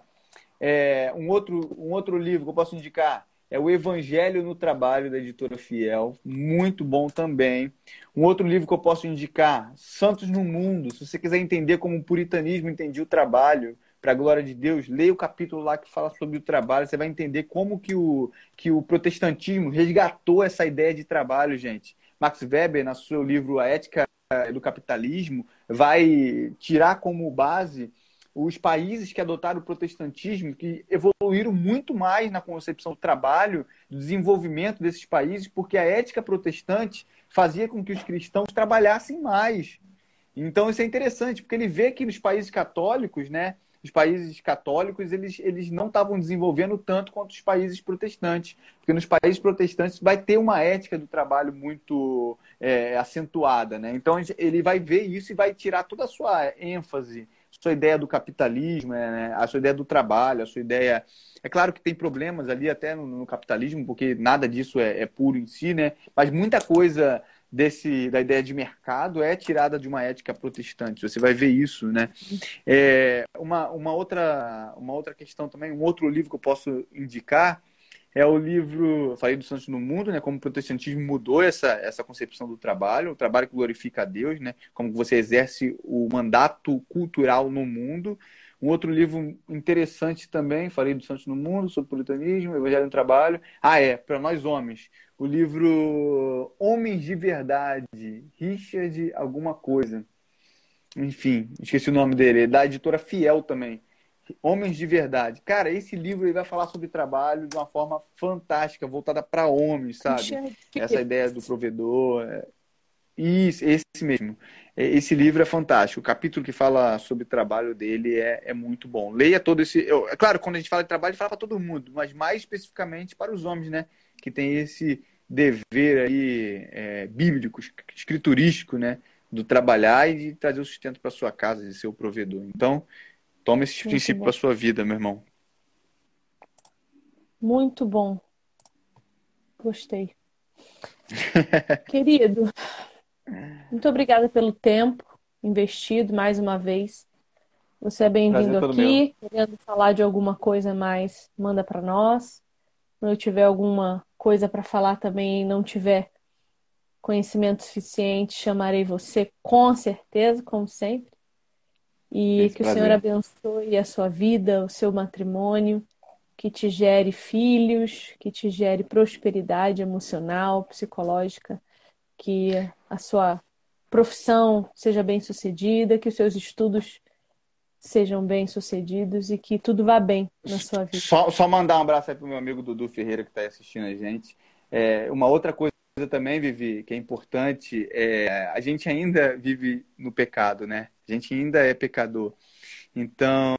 B: Um outro livro que eu posso indicar é O Evangelho no Trabalho, da editora Fiel. Muito bom também. Um outro livro que eu posso indicar, Santos no Mundo. Se você quiser entender como o puritanismo entendia o trabalho, para a glória de Deus, leia o capítulo lá que fala sobre o trabalho. Você vai entender como que o protestantismo resgatou essa ideia de trabalho, gente. Max Weber, no seu livro A Ética do Capitalismo, vai tirar como base os países que adotaram o protestantismo, que evoluíram muito mais na concepção do trabalho, do desenvolvimento desses países, porque a ética protestante fazia com que os cristãos trabalhassem mais. Então isso é interessante, porque ele vê que nos países católicos, né, os países católicos, eles não estavam desenvolvendo tanto quanto os países protestantes, porque nos países protestantes vai ter uma ética do trabalho muito acentuada, né? Então ele vai ver isso e vai tirar toda a sua ênfase, sua ideia do capitalismo, né? A sua ideia do trabalho, a sua ideia... É claro que tem problemas ali até no capitalismo, porque nada disso é puro em si, né? Mas muita coisa da ideia de mercado é tirada de uma ética protestante. Você vai ver isso, né? Uma outra questão também, um outro livro que eu posso indicar é o livro, eu falei do Santos no Mundo, né? Como o protestantismo mudou essa concepção do trabalho, o trabalho que glorifica a Deus, né? Como você exerce o mandato cultural no mundo. Um outro livro interessante também, falei do Santos no Mundo, sobre puritanismo, Evangelho no Trabalho. Para nós homens, o livro Homens de Verdade, Richard alguma coisa. Enfim, esqueci o nome dele, é da editora Fiel também. Homens de Verdade. Cara, esse livro ele vai falar sobre trabalho de uma forma fantástica, voltada para homens, sabe?
C: Richard
B: Essa ideia do
C: Phillips.
B: provedor. Isso, esse mesmo. Esse livro é fantástico. O capítulo que fala sobre o trabalho dele é muito bom. Leia todo esse. É claro, quando a gente fala de trabalho, a gente fala para todo mundo, mas mais especificamente para os homens, né? Que tem esse dever aí bíblico, escriturístico, né? Do trabalhar e de trazer o sustento para sua casa, de ser o provedor. Então, toma esse
C: Muito
B: princípio para
C: bom.
B: sua vida, meu irmão.
C: Muito bom. Gostei. Querido, muito obrigada pelo tempo investido mais uma vez. Você é
B: Prazer
C: bem-vindo
B: todo meu.
C: aqui. Querendo falar de alguma coisa mais, manda para nós. Quando eu tiver alguma coisa para falar também e não tiver conhecimento suficiente, chamarei você com certeza, como sempre. E
B: Esse
C: que o Senhor
B: prazer.
C: abençoe a sua vida, o seu matrimônio, que te gere filhos, que te gere prosperidade emocional, psicológica, que a sua profissão seja bem-sucedida, que os seus estudos sejam bem-sucedidos e que tudo vá bem na sua vida.
B: Só mandar um abraço aí pro meu amigo Dudu Ferreira que está aí assistindo a gente. Uma outra coisa também, Vivi, que é importante, a gente ainda vive no pecado, né? A gente ainda é pecador. Então,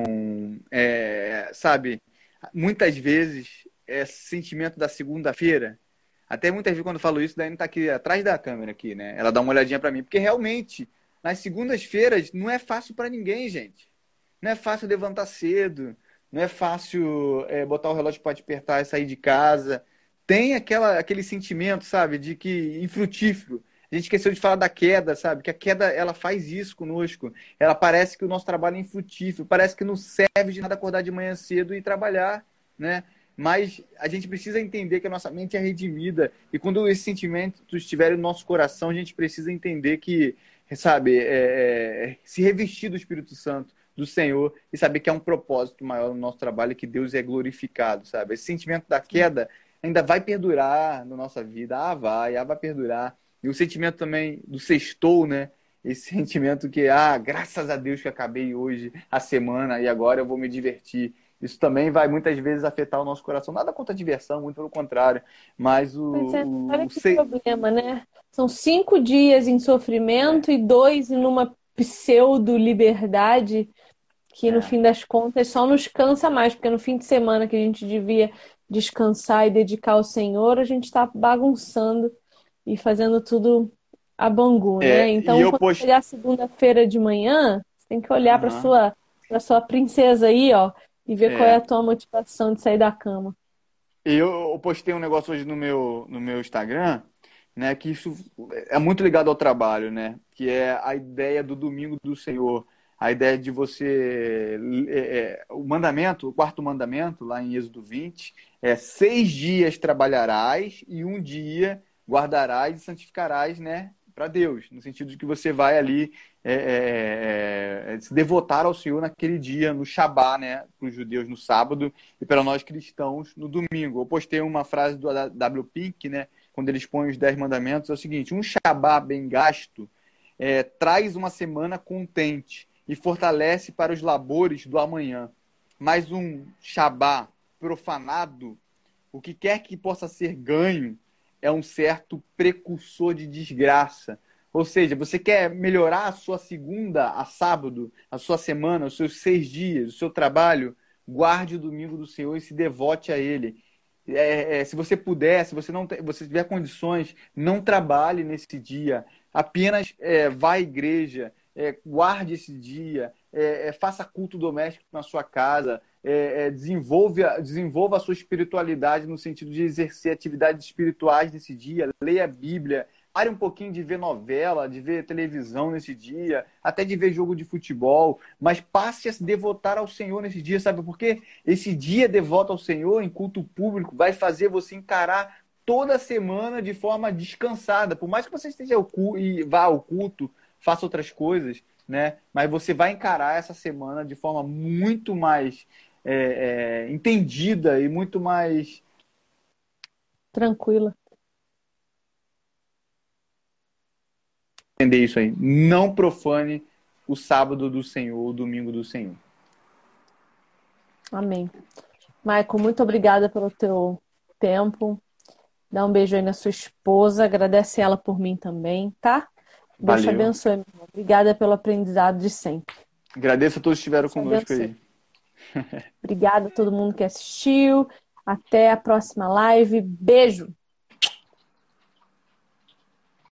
B: sabe, muitas vezes esse sentimento da segunda-feira, até muitas vezes quando eu falo isso, daí não tá aqui atrás da câmera aqui, né? Ela dá uma olhadinha para mim, porque realmente nas segundas-feiras não é fácil para ninguém, gente. Não é fácil levantar cedo, não é fácil botar o relógio para despertar e sair de casa. Tem aquele sentimento, sabe, de que infrutífero. A gente esqueceu de falar da queda, sabe? Que a queda, ela faz isso conosco. Ela parece que o nosso trabalho é infrutífero, parece que não serve de nada acordar de manhã cedo e trabalhar, né? Mas a gente precisa entender que a nossa mente é redimida. E quando esses sentimentos estiverem no nosso coração, a gente precisa entender que, sabe, se revestir do Espírito Santo, do Senhor, e saber que há um propósito maior no nosso trabalho e que Deus é glorificado, sabe? Esse sentimento da queda ainda vai perdurar na nossa vida. Vai perdurar. E o sentimento também do sextou, né? Esse sentimento que, graças a Deus que acabei hoje a semana e agora eu vou me divertir. Isso também vai muitas vezes afetar o nosso coração. Nada contra a diversão, muito pelo contrário. Mas
C: Pois é, olha que problema, né? São 5 dias em sofrimento e 2 numa pseudo-liberdade que, no fim das contas, só nos cansa mais, porque no fim de semana que a gente devia descansar e dedicar ao Senhor, a gente está bagunçando e fazendo tudo a bangu, né? Então, quando chegar segunda-feira de manhã, você tem que olhar para sua princesa aí, ó, e ver qual é a tua motivação de sair da cama.
B: Eu postei um negócio hoje no meu Instagram, né, que isso é muito ligado ao trabalho, né, que é a ideia do domingo do Senhor, a ideia de você, o mandamento, o quarto mandamento, lá em Êxodo 20, 6 dias trabalharás e um dia guardarás e santificarás, né, para Deus, no sentido de que você vai ali se devotar ao Senhor naquele dia, no Shabá, né, para os judeus no sábado e para nós cristãos no domingo. Eu postei uma frase do W. Pink, né, quando eles põem os 10 mandamentos, é o seguinte: um Shabá bem gasto traz uma semana contente e fortalece para os labores do amanhã. Mas um Shabá profanado, o que quer que possa ser ganho, é um certo precursor de desgraça. Ou seja, você quer melhorar a sua segunda a sábado, a sua semana, os seus 6 dias, o seu trabalho, guarde o domingo do Senhor e se devote a Ele. Se você puder, se você não você tiver condições, não trabalhe nesse dia. Apenas vá à igreja, guarde esse dia, faça culto doméstico na sua casa, desenvolva a sua espiritualidade no sentido de exercer atividades espirituais nesse dia, leia a Bíblia, pare um pouquinho de ver novela, de ver televisão nesse dia, até de ver jogo de futebol, mas passe a se devotar ao Senhor nesse dia, sabe por quê? Esse dia devoto ao Senhor em culto público vai fazer você encarar toda a semana de forma descansada, por mais que você esteja e vá ao culto, faça outras coisas, né? Mas você vai encarar essa semana de forma muito mais entendida e muito mais
C: tranquila.
B: Entender isso aí. Não profane o sábado do Senhor, o domingo do Senhor.
C: Amém. Michael, muito obrigada pelo teu tempo. Dá um beijo aí na sua esposa. Agradece ela por mim também, tá? Deus te abençoe, meu irmão. Obrigada pelo aprendizado de sempre.
B: Agradeço a todos que estiveram conosco aí.
C: Obrigada a todo mundo que assistiu. Até a próxima live. Beijo!